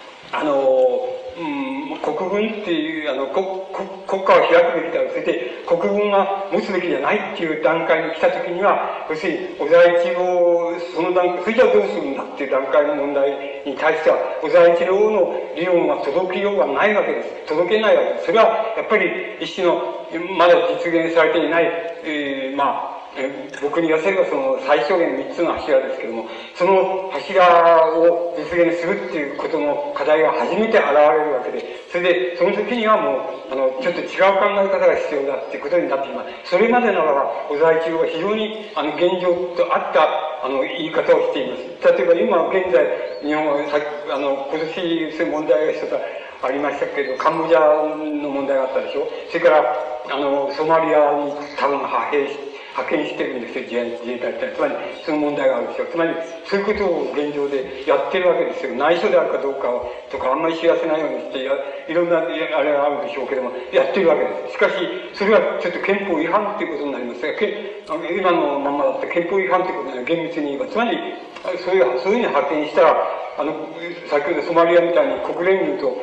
国軍っていう、国家を開くべきだろう。それで、国軍が持つべきじゃないっていう段階に来たときには、要するに、小沢一郎、その段階、それじゃどうするんだっていう段階の問題に対しては、小沢一郎の理論は届けようがないわけです。届けないわけです。それは、やっぱり、一種の、まだ実現されていない、僕に言わせれば最小限3つの柱ですけども、その柱を実現するっていうことの課題が初めて現れるわけで、それで、その時にはもう、ちょっと違う考え方が必要だっていうことになっています。それまでならば、小沢一郎は非常に、現状と合った、言い方をしています。例えば今現在、日本は今年そういう問題が一つありましたけど、カンボジアの問題があったでしょ。それから、ソマリアに多分派遣してるんですよ、自衛隊って。つまり、その問題があるんですよ。つまり、そういうことを現状でやってるわけですよ。内緒であるかどうかとか、あんまり知らせないようにして、いろんな、あれがあるでしょうけども、やってるわけです。しかし、それはちょっと憲法違反っていうことになりますが、今のままだった憲法違反っていうことには厳密に言えば、つまり、そういうふうに派遣したら、先ほどソマリアみたいに国連軍と、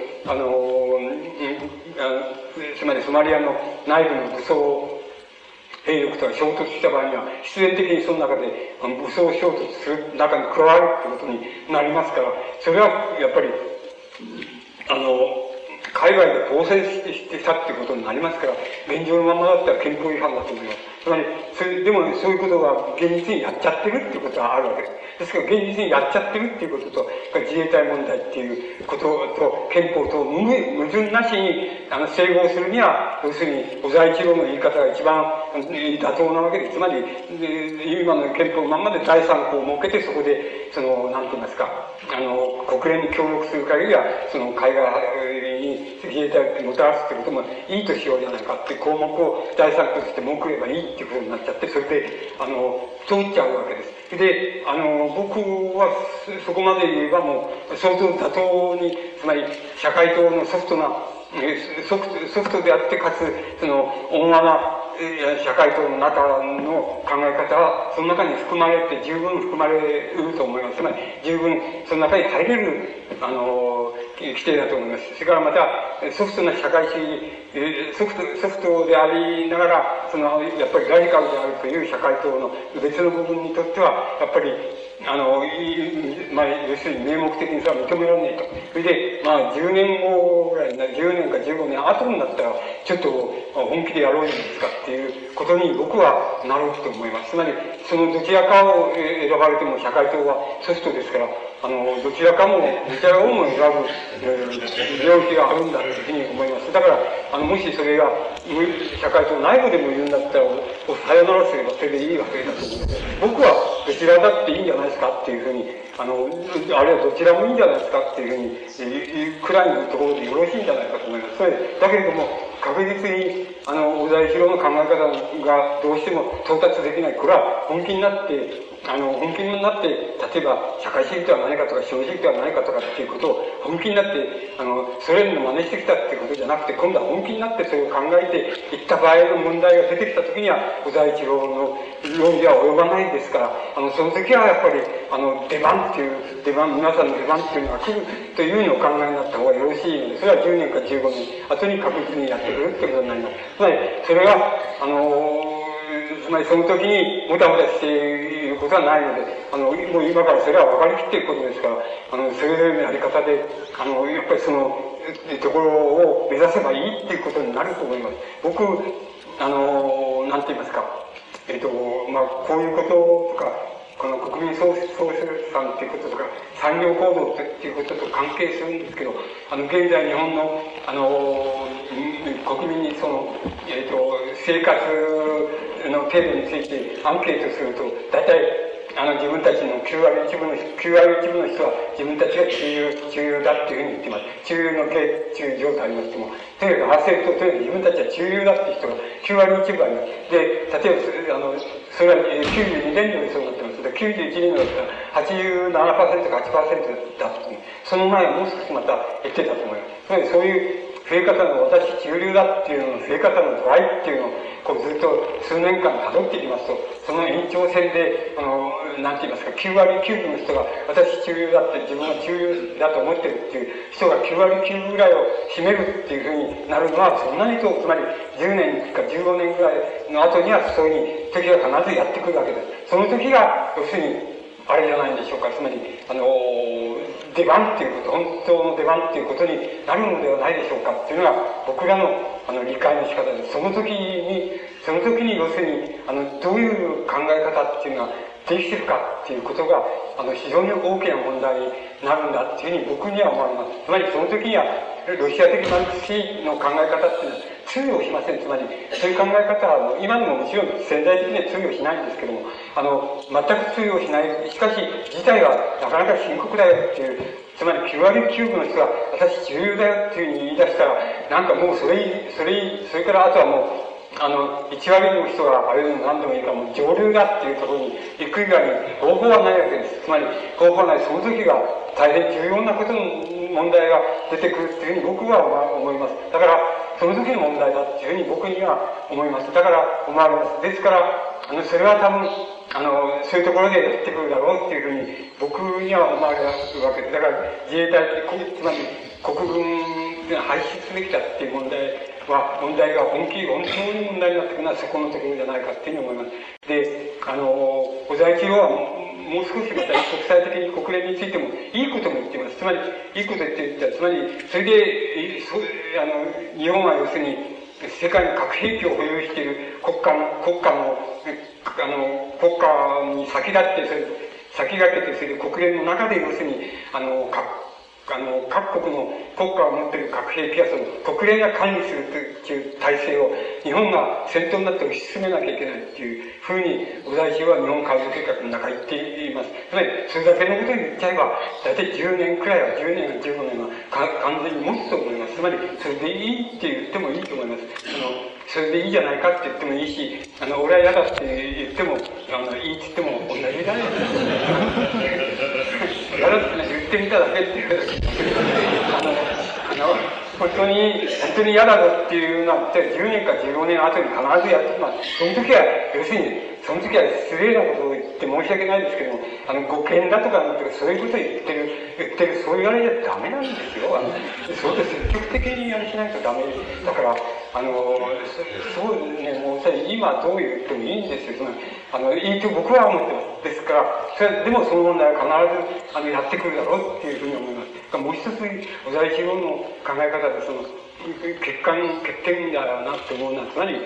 つまりソマリアの内部の武装兵力とは衝突した場合には、必然的にその中で、武装衝突する中に加わるってことになりますから、それはやっぱり、海外で当選してたってことになりますから、現状のままだったら憲法違反だと思います。つまり、でもそういうことが現実にやっちゃってるっていうことがあるわけです。ですから現実にやっちゃってるっていうことと、自衛隊問題っていうことと、憲法と矛盾なしに整合するには、要するに小沢一郎の言い方が一番妥当なわけです。つまり、今の憲法のまんまで第三項を設けて、そこで、なんて言いますか、国連に協力する限りは、海外に自衛隊をもたらすってこともいいとしようじゃないかって項目を第三項として設ければいいっていうことになっちゃって、それで、通っちゃうわけです。で、僕はそこまで言えばもう相当妥当に、つまり社会党のソフトであってかつ、温和な社会党の中の考え方は、その中に十分含まれると思います。つまり、十分その中に入れる、規定だと思います。それからまた、ソフトな社会主義、ソフトでありながら、やっぱりラジカルであるという社会党の別の部分にとっては、やっぱり、要するに名目的にそれは認められないと。それで、10年後ぐらいになる、10年か15年後になったら、ちょっと本気でやろうじゃないですかっていうことに僕はなろうと思います。つまり、そのどちらかを選ばれても社会党はソフトですから、どちらかをも選ぶ病気があるんだというふうに思います。だから、もしそれが、社会と内部でも言うんだったら、さよならすればそれでいいわけだと思うんです。僕はどちらだっていいんじゃないですかっていうふうに、あるいはどちらもいいんじゃないですかっていうふうに言うくらいのところでよろしいんじゃないかと思います。だけれども、確実に、小田一郎の考え方がどうしても到達できない。これは本気になって、本気になって、例えば、社会主義とは何かとか、資本主義とは何かとかっていうことを本気になって、ソ連の真似してきたっていうことじゃなくて、今度は本気になってそれを考えていった場合の問題が出てきたときには、小田一郎の論理は及ばないですから、その時はやっぱり、出番、皆さんの出番っていうのが来るというのをお考えになった方がよろしいので、それは10年か15年後に確実にやってくるってことになります。つまり、それが、つまりその時にもたもたしていることはないので、もう今からそれは分かりきっていることですから、それぞれのやり方で、やっぱりそのところを目指せばいいっていうことになると思います。僕、なんて言いますか、こういうこととか、この国民総生産っていうこととか、産業構造っていうことと関係するんですけど、現在日本の、国民に生活の程度についてアンケートすると、大体、自分たちの9割1分の人は自分たちが中優だっていうふうに言ってます。中優の中状態になっても、とにかく合わせると、とにかく自分たちは中優だっていう人が9割1分あります。で、例えば、それは92年度にそうなってます。91年度だったら 87% か 8% だったと。その前はもう少しまた減ってたと思います。つまりそういう増え方の私中流だっていうのの増え方の度合いっていうのをずっと数年間辿っていきますと、その延長線で、なんて言いますか、9割9分の人が私中流だって自分は中流だと思ってるっていう人が9割9分ぐらいを占めるっていうふうになるのはそんなにと、つまり10年か15年ぐらいの後にはそういう時が必ずやってくるわけです。その時が、要するに、あれじゃないんでしょうか。つまり、出番っていうこと、本当の出番っていうことになるのではないでしょうかっていうのが僕らの理解の仕方です。その時に要するに、どういう考え方っていうのができてるかっていうことが、非常に大きな問題になるんだっていうふうに僕には思います。つまりその時には、ロシア的マルクス主義の考え方っていうのは通用しません。つまり、そういう考え方は今でももちろん潜在的には通用しないんですけども、全く通用しない。しかし、事態はなかなか深刻だよっていう、つまり9割9分の人が私中流だよっていうふうに言い出したら、なんかもうそれからあとはもう、1割の人があれでも何でもいいからもう上流だっていうところに行く以外に方法はないわけです。つまり方法はない。その時が大変重要なことの問題が出てくるっていうふうに僕は思います。だからその時の問題だっていうふうに僕には思います。だから思われます。ですから、それは多分そういうところでやってくるだろうっていうふうに僕には思われるわけです。だから自衛隊つまり国軍が廃止すべきだっていう問題が本当に問題になってくるのはそこのところじゃないかっていうふうに思います。で、小沢一郎はもう少しまた国際的に国連についてもいいことも言っています。つまり、いいこと言ってつまり、それで、日本は要するに世界の核兵器を保有している国家に先駆けて、それで国連の中で要するに、各国の国家を持っている核兵器はその国連が管理するという体制を日本が先頭になって推し進めなきゃいけないっていうふうに小田一郎は日本改造計画の中に言っています。つまりそれだけのことを言っちゃえば大体10年くらいは10年15年は完全に持つと思います。つまりそれでいいって言ってもいいと思います。それでいいじゃないかって言ってもいいし、俺は嫌だって言っても、いいって言っても同じじゃないですか。嫌だって言ってみただけっていうだけ。本当に嫌だぞっていうのは、10年か15年後に必ずやってきます。その時は、要するに、その時は失礼なことを言って申し訳ないですけども、誤見だとかそういうことを言ってる、そう言われちゃダメなんですよ。そうで積極的にやりしないとダメだから、そうね、もう今どう言ってもいいんですよ。いいと僕は思ってます。ですから、でもその問題は必ずやってくるだろうっていうふうに思います。もう一つ、小沢一郎の考え方で、欠点だなって思うのは、つまり、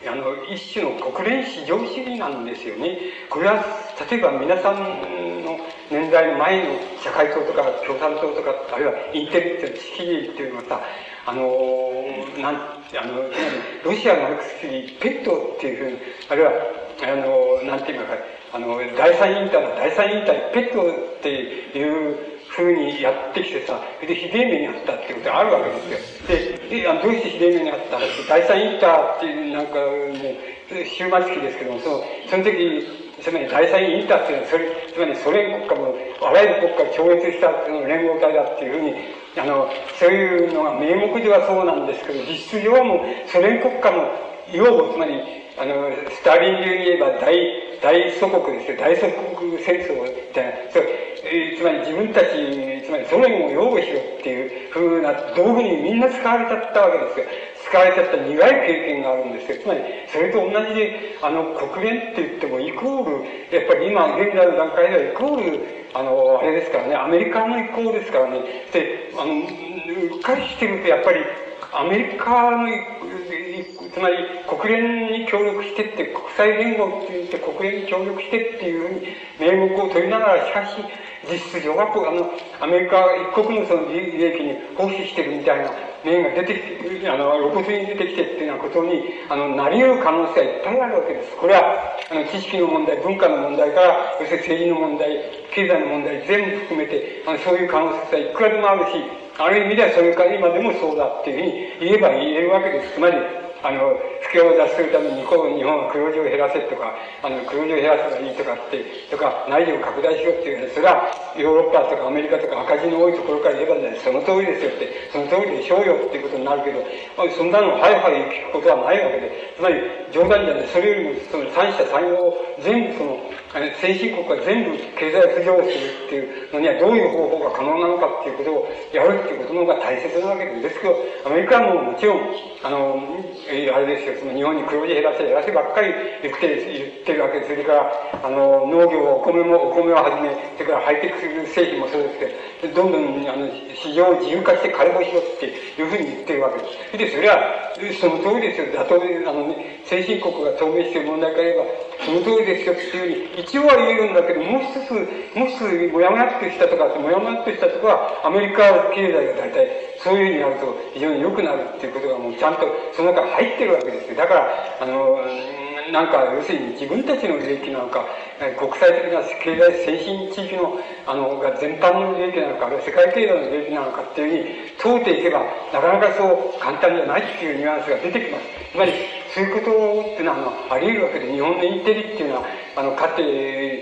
一種の国連至上主義なんですよね。これは、例えば皆さんの年代の前の社会党とか共産党とか、あるいはインテリって知識っていうのはさ、つまり、ロシアのマルクス主義、ペットっていうふうに、あるいは、なんていうか、第三インター、ペットっていうふうにやってきてさ、で、ひでえ目にあったってことがあるわけですよ。で、どうしてひでえ目にあったかって、第三インターっていう、なんか、もう、終末期ですけども、その時、つまり第三インターっていうのは、つまりソ連国家も、あらゆる国家を超越した連合体だっていうふうに、そういうのが名目ではそうなんですけど、実質上はもう、ソ連国家の擁護、つまり、スターリン流に言えば大祖国ですよ。大祖国戦争みたいな。つまり自分たち、つまりソ連を擁護しろっていう風な道具にみんな使われちゃったわけですよ。使われちゃった苦い経験があるんですよ。つまり、それと同じで、国連って言ってもイコール、やっぱり今、現在の段階ではイコール、あれですからね、アメリカのイコールですからね。で、うっかりしてるとやっぱり、アメリカの、つまり国連に協力してって、国際連合って言って国連に協力してっていうふうに名目を取りながら、しかし、実質上は、アメリカ一国のその利益に奉仕してるみたいな面が出てきて、露骨に出てきてっていうようなことに、なり得る可能性がいっぱいあるわけです。これは、知識の問題、文化の問題から、要するに政治の問題、経済の問題全部含めて、そういう可能性はいくらでもあるし、ある意味ではそれから今でもそうだっていうふうに言えば言えるわけです。つまり、不況を脱するために日本は黒字を減らせとか、黒字を減らせばいいとか内需を拡大しろっていうね、それはヨーロッパとかアメリカとか赤字の多いところから言えばね、その通りですよって、その通りでしょうよっていうことになるけど、そんなのはいはい聞くことはないわけで、つまり冗談じゃない、それよりもその三者三様を全部先進国が全部経済浮上するっていうのにはどういう方法が可能なのかっていうことをやるっていうことの方が大切なわけです。ですけど、アメリカはもちろん、あれですよ、その日本に黒字減らせばっかり言ってるわけです。それから、農業、お米をはじめ、それからハイテク製品もそうですけど、どんどん、市場を自由化して開放しろっていうふうに言ってるわけです。で、それは、その通りですよ。先進国が透明している問題から言えば、その通りですよっていうふうに、一応は言えるんだけど、もう一つ、もやもやっとしたとか、もやもやっとしたとこは、アメリカ経済が大体、そういうふうになると非常に良くなるっていうことがもうちゃんとその中に入ってるわけですよ。だから、なんか、要するに自分たちの利益なのか、国際的な経済先進地域の、が全般の利益なのか、あるいは世界経済の利益なのかっていうふうに問うていけば、なかなかそう簡単じゃないっていうニュアンスが出てきます。つまり、そういうことっていうのは、あり得るわけで、日本のインテリっていうのは、かつて、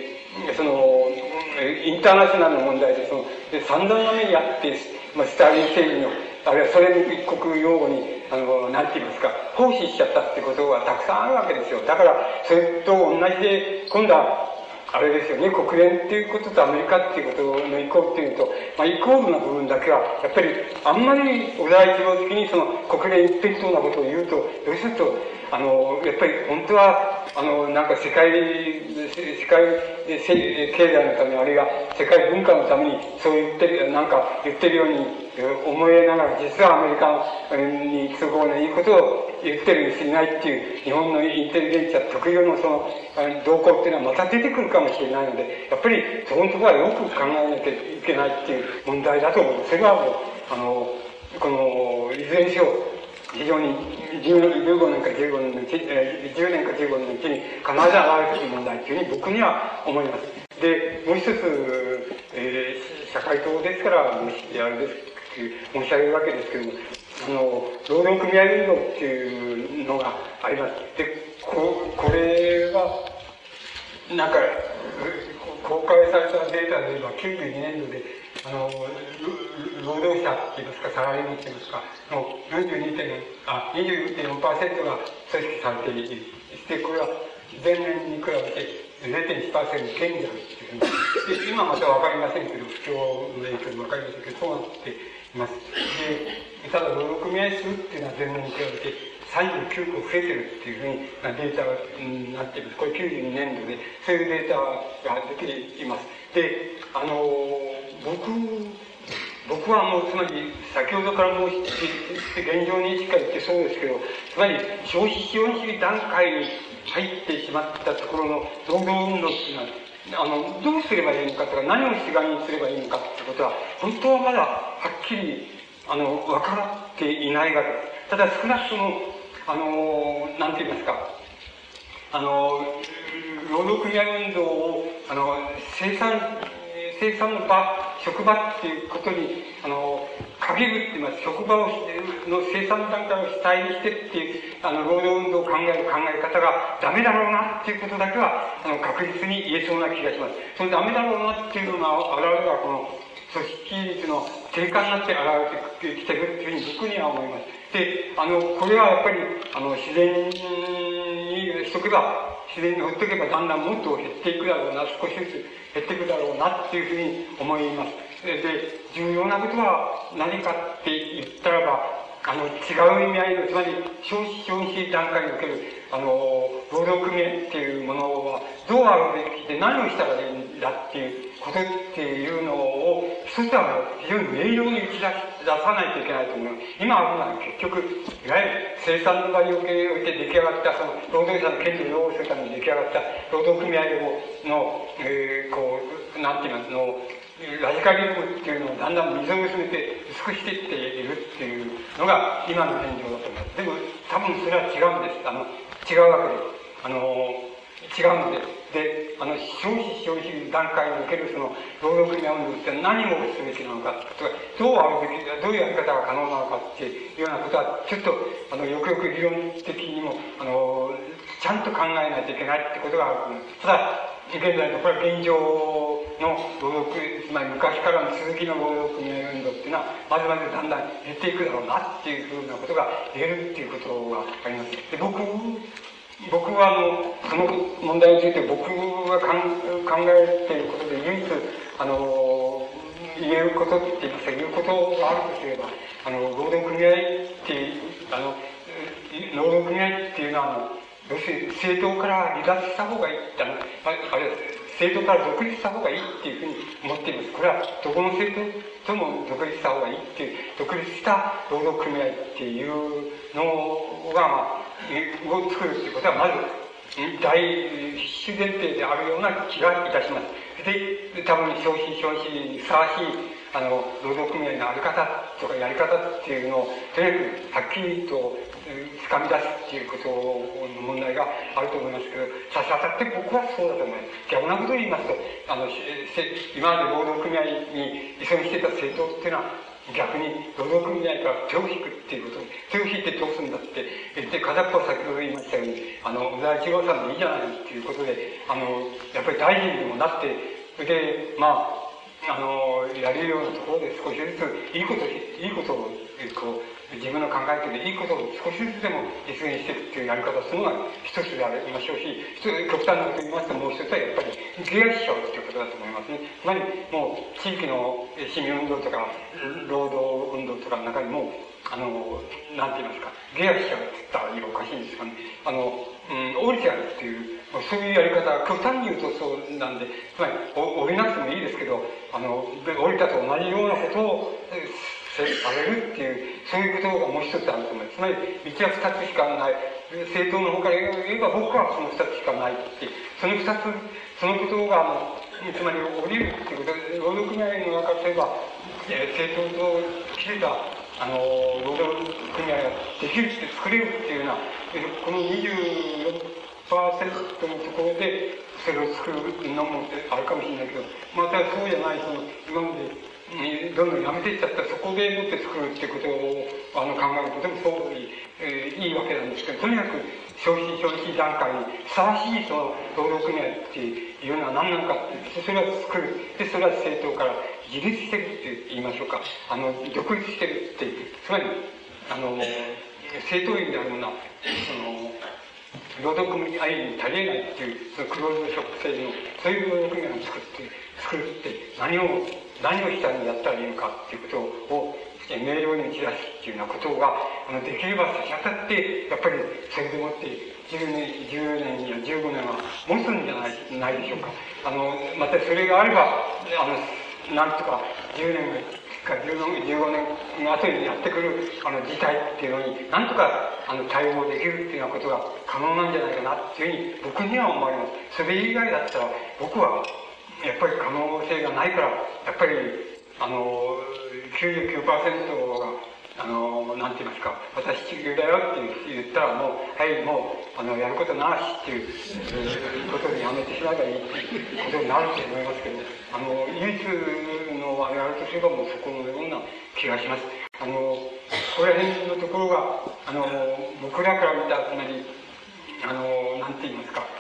インターナショナルの問題で、散々な目にあって、スターリン政治の、あるいはソ連一国用語に、なんて言いますか、奉仕しちゃったってことがたくさんあるわけですよ。だから、それと同じで、今度は、あれですよね、国連っていうこととアメリカっていうことのイコールっていうと、イコールな部分だけは、やっぱり、あんまり小田一郎的に国連一辺倒なことを言うと、どうすると、やっぱり本当は、なんか世界経済のために、あるいは世界文化のために、そう言ってるように思えながら、実はアメリカに都合のいいことを言ってるに過ぎないっていう、日本のインテリゲンツァ特有の動向っていうのはまた出てくるかもしれないので、やっぱりそこのところはよく考えなきゃいけないっていう問題だと思う。それはもう、いずれにしろ、非常に15年か15年のうち、10年か15年のうちに必ず現れてくる問題というふうに僕には思います。で、もう一つ、社会党ですから、あれです申し上げるわけですけども、労働組合運動っていうのがあります。で、これは、なんか、公開されたデータで言えば92年度で、労働者って言いますか、サラリーマンって言いますか、の22.4% が組織されている。で、これは前年に比べて 0.1% 減であるっていうふうに。で、今またわかりませんけど、不況の影響でわかりませんけど、そうなっています。で、ただ労働組合数っていうのは前年に比べて39個増えてるっていうふうにデータがなっています。これ92年度で、そういうデータが出ています。で、 僕はつまり、先ほどから申して現状にしか言ってそうですけど、つまり、消費資本主義段階に入ってしまったところの労働運動っていうのは、どうすればいいのかとか、何を主眼にすればいいのかってことは、本当はまだはっきり、分かっていないわけです。ただ少なくとも、なんて言いますか、労働組合運動を、生産の場、職場っていうことに、限るって言います。職場の生産段階を主体にしてっていう、労働運動を考える考え方がダメだろうなっていうことだけは、確実に言えそうな気がします。そのダメだろうなっていうのが、我々はこの、組織率の低下になって現れてきてるっていうふうに僕には思います。で、これはやっぱり、自然にしとけば、自然に放っとけばだんだんもっと減っていくだろうな、少しずつ減っていくだろうなっていうふうに思います。で、重要なことは何かって言ったらば、違う意味合いの、つまり、消費資本主義段階における、労働組合っていうものは、どうあるべきで何をしたらいいんだっていうことっていうのを、一つは非常に明瞭に打ち出さないといけないと思います。今あるのは結局、いわゆる生産の場において出来上がった、その、労働者の権利を擁護するために出来上がった労働組合の、なんて言いますの、ラジカリズムっていうのをだんだん溝を結べて薄くしていっているっていうのが今の現状だと思います。でも多分それは違うんです。違うわけです。違うので。で、消費資本主義段階におけるその労働組合運動って何をすべきなのかとか、どうあるべきか、どういうやり方が可能なのかっていうようなことは、ちょっと、よくよく理論的にも、ちゃんと考えないといけないってことがあると思います。ただ、現在のこれは現状の労働組合、つまり昔からの続きの労働組合運動っていうのは、まずまずだんだん減っていくだろうなっていうふうなことが言えるっていうことがあります。で、僕はその問題について僕が考えていることで唯一、言えることって言いますか、言うことがあるとすれば、労働組合っていう、労働組合っていうのは、要するに政党から離脱した方がいいってあれ政党から独立した方がいいっていうふうに思っています。これはどこの政党とも独立した方がいいっていう、独立した労働組合っていうのが、を作るっていうことはまず大必須前提であるような気がいたします。で、多分消費資本主義にふさわしい労働組合のあり方とかやり方っていうのをとにかくはっきりと掴み出すっていうことの問題があると思いますけど、差し当たって僕はそうだと思います。逆なことを言いますと、今まで労働組合に依存していた政党っていうのは逆に労働組合から手を引くっていうこと、手を引いてどうするんだって言って、片っぽは先ほど言いましたように、小沢一郎さんでいいじゃないっていうことで、やっぱり大臣にもなって、それで、やれるようなところで少しずついいことを、自分の考えているいいことを少しずつでも実現していくっていうやり方、そのが一つでありましょうし、極端なことを言いますと、もう一つはやっぱり下野しちゃうっていうことだと思いますね。つまり、もう地域の市民運動とか、労働運動とかの中にも、なんて言いますか、下野しちゃうって言ったらおかしいんですかね。降りちゃうっていう、そういうやり方は極端に言うとそうなんで、つまり、降りなくてもいいですけど、降りたと同じようなことをされるっていう、そういうことがもう一つあると思います。つまり、道は二つしかない。政党の方から言えば僕はその二つしかないって、その二つ、そのことが、つまり降りるっていうことで、労働組合の中で言えば、政党と切れた、労働組合ができるって作れるっていうような、この26%のところで、それを作るのもあるかもしれないけど、またそうじゃない、今まで、どんどんやめていっちゃったら、そこでもって作るっていうことを考えるとてもそういいわけなんですけど、とにかく消費段階にふさわしいその労働組合っていうのは何なのかって、それは作る。で、それは政党から自立してるって言いましょうか。独立してるっていう。つまり、政党員であるものは、労働組合に足りえないっていう、そのクローズドショップ制の、そういう労働組合を作るって、何をしたにやったらいいのかっていうことを明瞭に打ち出すっていうようなことができれば差し当たってやっぱりそれでもって10年や15年は持つんじゃないでしょうか。またそれがあればなんとか10年がから15年後にやってくる事態っていうのになんとか対応できるっていうようなことが可能なんじゃないかなっていうふうに僕には思われます。それ以外だったら僕はやっぱり可能性がないから、やっぱり99% がなんて言いますか、私地球だよって言ったらもう、はい、もう、やることなしっていうことでやめてしまえばいいっていうことになると思いますけど、唯一のあるとすればもうそこのような気がします。こら辺のところが、僕らから見た、つまり、なんて言いますか、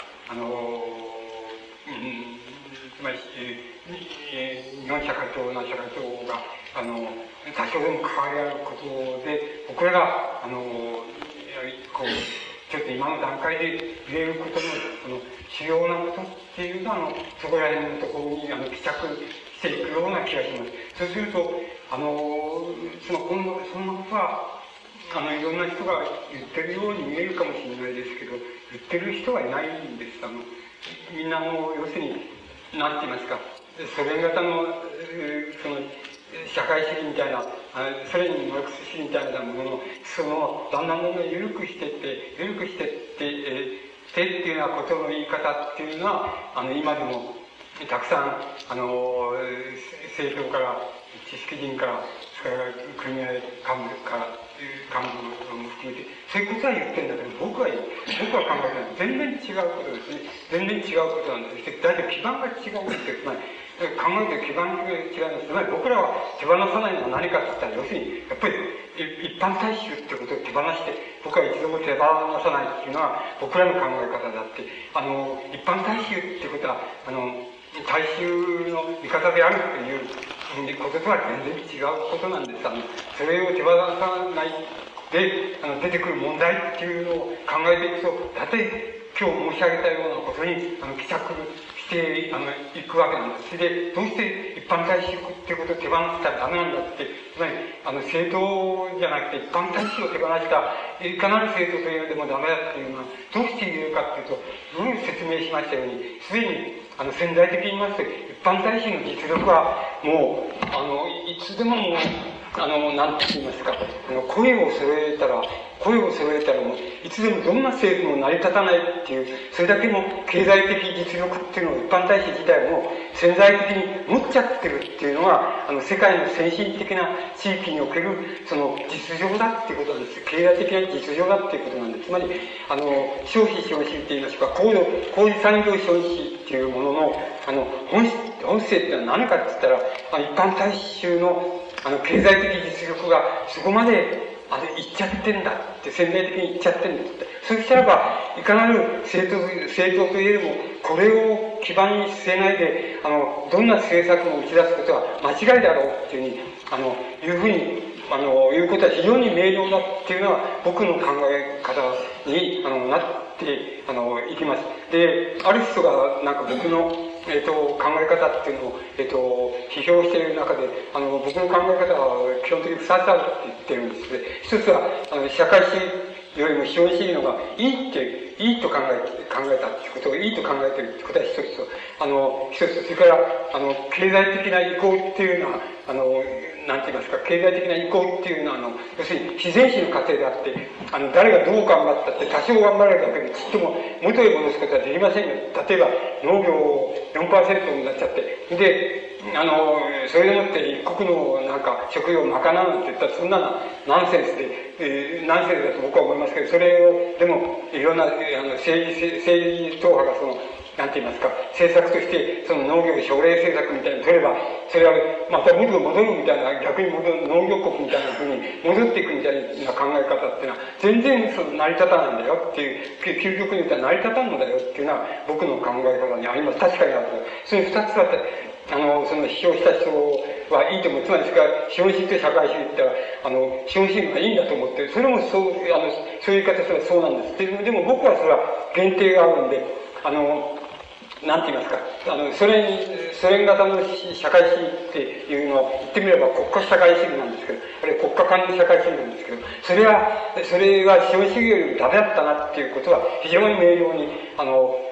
つまり、日本社会と同じ社会とが、多少でも関わりあることで、僕らが、こう、ちょっと今の段階で言えることの、主要なことっていうのは、そこら辺のところに、帰着していくような気がします。そうすると、今度、そんなことは、いろんな人が言ってるように見えるかもしれないですけど、言ってる人はいないんです。みんな要するに、なんて言いますか、ソ連型の、社会主義みたいな、ソ連にマルクス主義みたいなものの、だんだん緩くしてってっていうようなことの言い方っていうのは、今でも、たくさん、政党から、知識人から、それから組合幹部も含めて、そういうことは言ってるんだけど、僕は考えたら全然違うことですね。全然違うことなんです。だいたい基盤が違うんですよ。つまり、考えてる基盤が違います。つまり僕らは手放さないのは何かって言ったら、要するに、やっぱり一般大衆ってことを手放して、僕は一度も手放さないっていうのは僕らの考え方であって、一般大衆ってことは、大衆の味方であるということとは全然違うことなんです。それを手放さないで、出てくる問題っていうのを考えていくと、たとえ今日申し上げたようなことに、帰着していくわけなんです。それで、どうして一般大衆っていうことを手放したらダメなんだって、つまり、政党じゃなくて一般大衆を手放した、いかなる政党というのでもダメだっていうのは、どうして言えるかっていうと、説明しましたように、すでに、潜在的に言いますと、一般大衆の実力は、もう、いつでももう、なんて言いますか、声を揃えたらもう、いつでもどんな政府も成り立たないっていう、それだけの経済的実力っていうのを一般大衆自体も潜在的に持っちゃってるっていうのが、世界の先進的な地域における、実情だっていうことなんです。経済的な実情だっていうことなんです。つまり、消費資本主義って言いますか、工事産業資本主義っていうものの、本質っていうのは何かって言ったら、一般大衆の経済的実力がそこまで言っちゃってんだって潜在的に言っちゃってんだって。そうしたらば、いかなる政党といえども、これを基盤に据えないで、どんな政策も打ち出すことは間違いだろうっていうふうに、いうことは非常に明瞭だっていうのは僕の考え方になっていきます。で、ある人がなんか僕の考え方っていうのを、批評している中で、僕の考え方は基本的に2つあるって言ってるんですね。一つは、社会主義よりも資本主義のがいいと考えたっていうことを、いいと考えてるってことは一つと、それから、経済的な移行っていうのは、なんて言いますか、経済的な移行っていうのは、要するに自然史の過程であって、誰がどう頑張ったって、多少頑張れるだけでちっとも元へ戻すことはできませんよ。例えば、農業 4% になっちゃって、で、それでもって一国のなんか食料を賄うなんて言ったら、そんなのナンセンスで、ナンセンスだと僕は思いますけど、それを、でも、いろんな、政治党派がなんて言いますか、政策として、農業奨励政策みたいに取れば、それはまた戻るみたいな、逆に農業国みたいな風に戻っていくみたいな考え方っていうのは、全然成り立たないんだよっていう、究極に言ったら成り立たんのだよっていうのは、僕の考え方にあります。確かにある。その二つだって、批評した人はいいと思う。つまり、資本主義と社会主義って言ったら、資本主義がいいんだと思って、それもそういう言い方すればそうなんです。でも僕はそれは限定があるんで、なんて言いますか、ソ連型の社会主義っていうのは、言ってみれば国家社会主義なんですけど、あれ国家管理社会主義なんですけど、それが資本主義よりダメだったなっていうことは非常に明瞭に、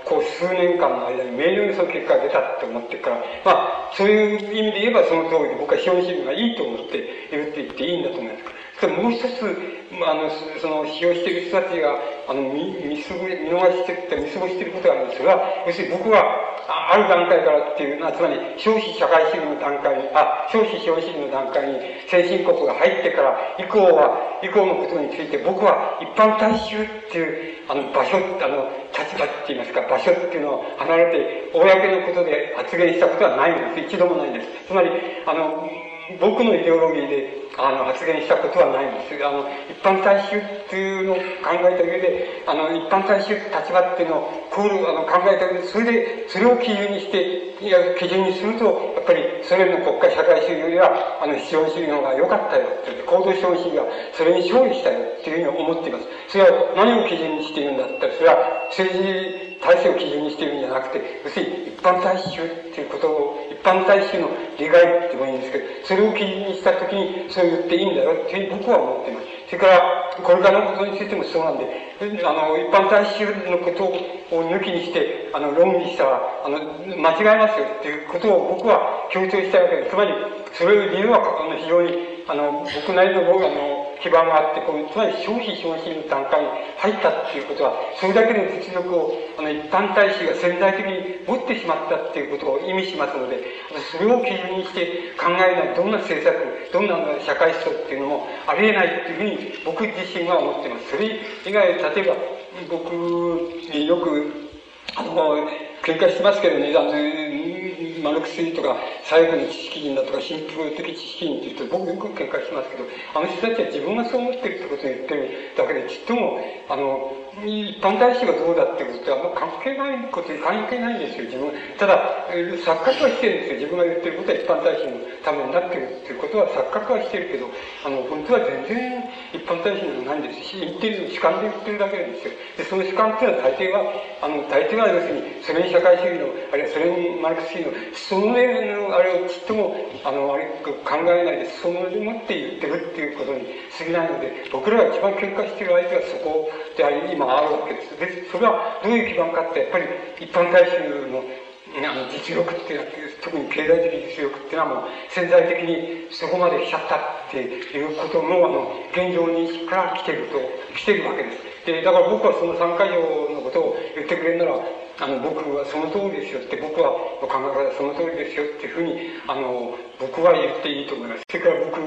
こう数年間の間に明瞭にその結果が出たって思ってるから、まあ、そういう意味で言えばその通りで僕は資本主義がいいと思っているって言っていいんだと思います。それもう一つ、その使用している人たちが、見過ごしていることがあるんですが、要するに僕は、ある段階からっていうのは、つまり、少子社会主義の段階に、少子資本主義の段階に先進国が入ってから以降のことについて僕は一般大衆っていう、場所、立場って言いますか、場所っていうのを離れて、公のことで発言したことはないんです。一度もないんです。つまり、僕のイデオロギーで、発言したことはないんです。一般大衆っていうのを考えた上で、一般大衆立場っていうのを考えた上で、それを基準にして、基準にすると、やっぱりソ連の国家社会主義よりは、資本主義の方が良かったよって、行動資本主義がそれに勝利したよっていうふうに思っています。それは何を基準にしているんだったら、それは政治体制を基準にしているんじゃなくて、要するに一般大衆っていうことを、一般大衆の利害ってもいいんですけど、それを基準にしたときにそう言っていいんだよって僕は思っています。それから、これからのことについてもそうなんで、一般大衆のことを抜きにして、論議したら、間違えますよっていうことを僕は強調したいわけです。つまり、それを理由は、非常に、僕なりの基盤があって、つまり消費資本主義の段階に入ったっていうことは、それだけの実力を、一般大衆が潜在的に持ってしまったっていうことを意味しますので、それを基準にして考えない、どんな政策、どんな社会思想っていうのもありえないっていうふうに僕自身は思っています。それ以外、例えば、僕によく、喧嘩してますけどね、マルクス主義とか左翼の知識人だとか進歩的知識人って言うと僕よく喧嘩しますけど、あの人たちは自分がそう思ってるってことを言ってるだけでちっとも一般大衆がどうだっていうことはもう関係ないことに関係ないんですよ、自分。ただ錯覚はしてるんですよ。自分が言ってることは一般大衆のためになってるっていうことは錯覚はしてるけど、本当は全然一般大衆でもないんですし、言ってる主観で言ってるだけなんですよ。でその主観っていうのは大抵は要するにソ連社会主義のあるいはソ連マルクス主義のその上のあれをちっとも考えないでその上でもって言ってるっていうことに過ぎないので、僕らが一番喧嘩している相手はそこで今あるわけです。でそれはどういう基盤かってやっぱり一般大衆の実力っていうのは、特に経済的実力っていうのはもう潜在的にそこまで来ちゃったっていうことの現状認識から来てるわけです。でだから僕はその3回以上のことを言ってくれるなら僕はその通りですよって、僕は考え方はその通りですよっていうふうに僕は言っていいと思います。それから僕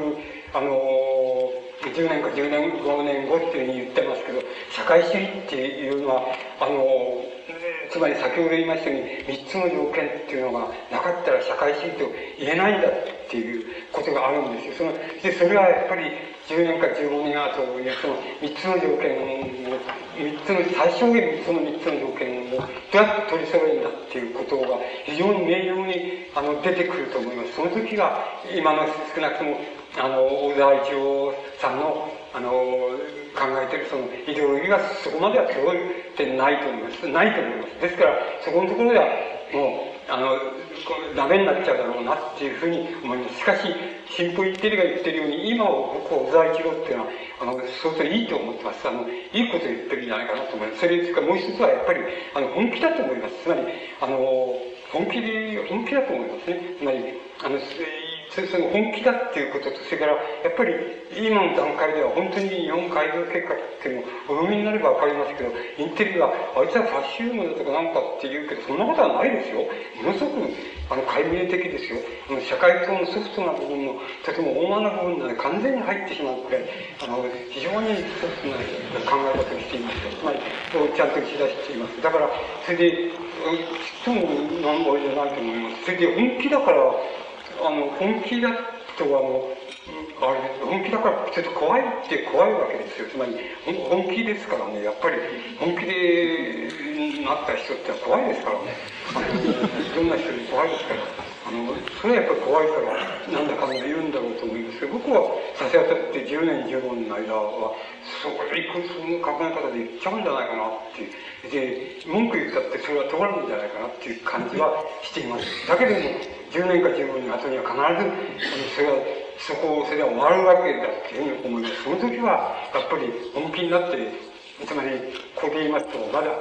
10年か10年5年後っていうふうに言ってますけど、社会主義っていうのはつまり先ほど言いましたように3つの条件っていうのがなかったら社会主義と言えないんだっていうことがあるんですよ。それはやっぱり10年か15年後にその3つの条件を最小限その3つの条件をどうやって取り揃えるんだっていうことが非常に明瞭に出てくると思います。その時が今の少なくとも小沢一郎さんの考えているそのイデオロギーがそこまでは届いてないと思います。ですからそこのところではもうダメになっちゃうだろうなっていうふうに思います。しかし進歩インテリが言ってるように今を僕は小沢一郎っていうのは相当いいと思ってます。いいこと言ってるんじゃないかなと思います。それからもう一つはやっぱり本気だと思います。つまり本気だと思いますね。つまりその本気だっていうことと、それからやっぱり今の段階では本当に日本改造計画っていうのをお読みになればわかりますけど、インテリがあいつはファシズムだとかなんかって言うけど、そんなことはないですよ。ものすごく解明的ですよ。社会党のソフトな部分のとても大間な部分なので完全に入ってしまうくらい非常にソフトな考え方をしています。つまりちゃんと打ち出しています。だからそれでちっともなんぼじゃないと思います。それで本気だから本気だと本気だからちょっと怖いわけですよ。つまり本気ですからね、やっぱり本気でなった人って怖いですからね。どんな人で怖いですから。それはやっぱり怖いからなんだかんだ言うんだろうと思いますけど、僕は差し当たって10年15年の間はその考え方で言っちゃうんじゃないかなってで文句言ったってそれは通らないんじゃないかなっていう感じはしています。だけども10年か15年後には必ずそれは終わるわけだっていうふうに思います。その時はやっぱり本気になって、つまりここで言いますとまだ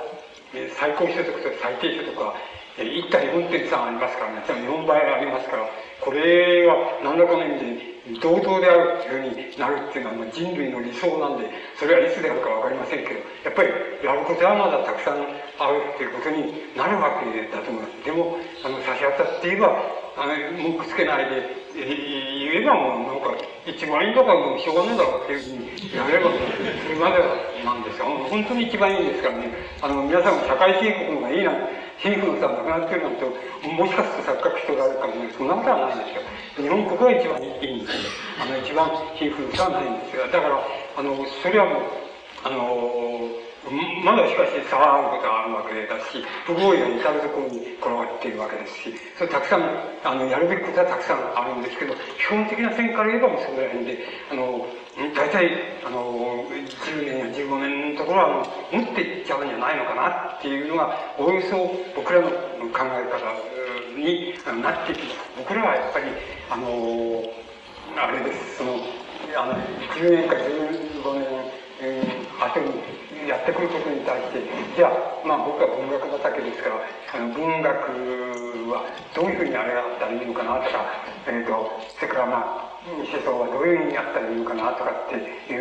最高所得と最低所得は1対 4.3 ありますからね、つまり4倍ありますから、これは何らかの意味で同等であるっていうふうになるっていうのは人類の理想なんで、それはいつであるかわかりませんけど、やっぱりやることはまだたくさんあるっていうことになるわけだと思います。でも、差し当たって言えば、文句つけないで言えばもうなんか一番いいとかもうしょうがないだろうっていうふうにやればそれまでなんですよ。本当に一番いいんですからね。皆さんも社会進歩の方がいいな、貧富の差がなくなってるなんて、もしかすると錯覚しておられるかもしれない。そんなことはないんですよ。日本国が一番いいんですよ。一番貧富の差はないんですよ。だから、それはもう、まだしかし差があることはあるわけだし、不合意が至るところに転がっているわけですし、それたくさん、やるべきことはたくさんあるんですけど、基本的な線から言えばもうそれら辺で、大体、10年や15年のところは持っていっちゃうんじゃないのかなっていうのが、おおよそ僕らの考え方になってきます。僕らはやっぱり、あれです、10年か15年、後にやってくることに対して、じゃあ、僕は文学畑ですから、文学はどういうふうにあれがあったらいいのかなとか、それから思想はどういうふうにやったらいいのかなとかっていう、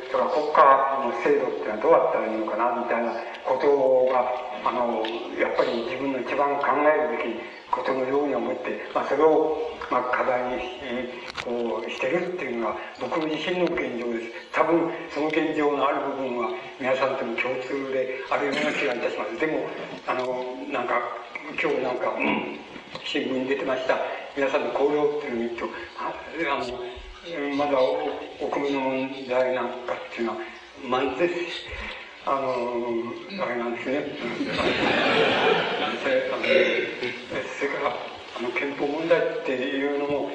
とか国家の制度っていうのはどうやったらいいのかなみたいなことが、やっぱり自分の一番考えるべきことのように思って、それを、課題にしてるっていうのが僕自身の現状です。多分その現状のある部分は皆さんとも共通であるような気がいたします。でもなんか今日なんか、新聞に出てました皆さんの行動っていうのを見るとまだお米の問題なんかっていうのはあれなんですね。それから憲法問題っていうのも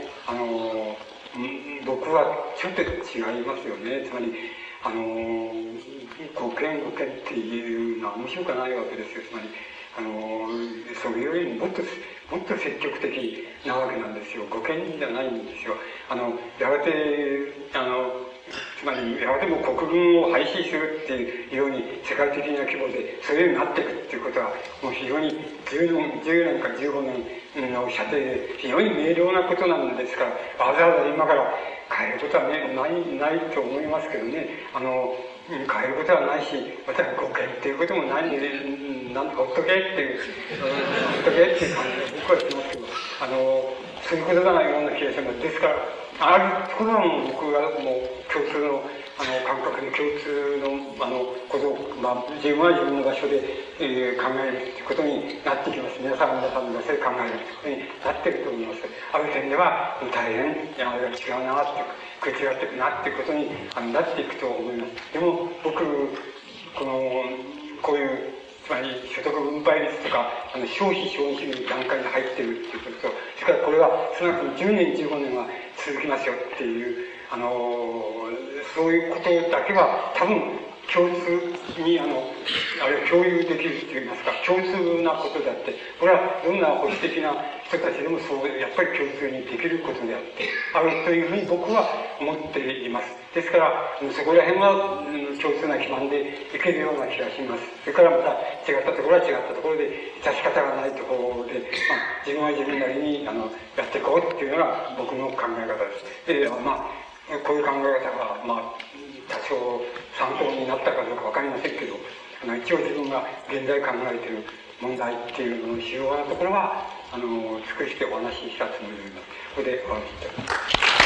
僕はちょっと違いますよね。つまり護憲っていうのは面白くないわけですよ。つまりそれよりももっと積極的なわけなんですよ。護憲じゃないんですよ。やがてつまりやがても国軍を廃止するっていうように世界的な規模でそういうようになっていくっていうことはもう非常に10年か15年の射程で非常に明瞭なことなんですから、わざわざ今から変えることはねないと思いますけどね。変えることはないし、また誤解っていうこともないんで、ほっとけっていう感じで僕はしますけど、そういうことがないような気がします。ですから、あるところはもう僕がもう共通の感覚で共通のことを、自分は自分の場所で、考えるということになってきます。皆さんの場所で考えるということになっていると思います。ある点では大変あれが違うなって食い違っていくなっていうことになっていくと思います。でも僕こういうつまり所得分配率とか消費主義の段階に入っているということと、それからこれは少なくとも10年15年は続きますよっていうそういうことだけは多分共通に共有できるといいますか共通なことであって、これはどんな保守的な人たちでもそうやっぱり共通にできることであってあるというふうに僕は思っています。ですからそこら辺は共通な基盤でいけるような気がします。それからまた違ったところは違ったところで致し方がないところで、自分は自分なりにやっていこうっていうのが僕の考え方です。でこういう考え方が多少参考になったかどうかわかりませんけど、一応自分が現在考えている問題っていうのの主要なところは尽くしてお話ししたつもりでいます。これで終わります。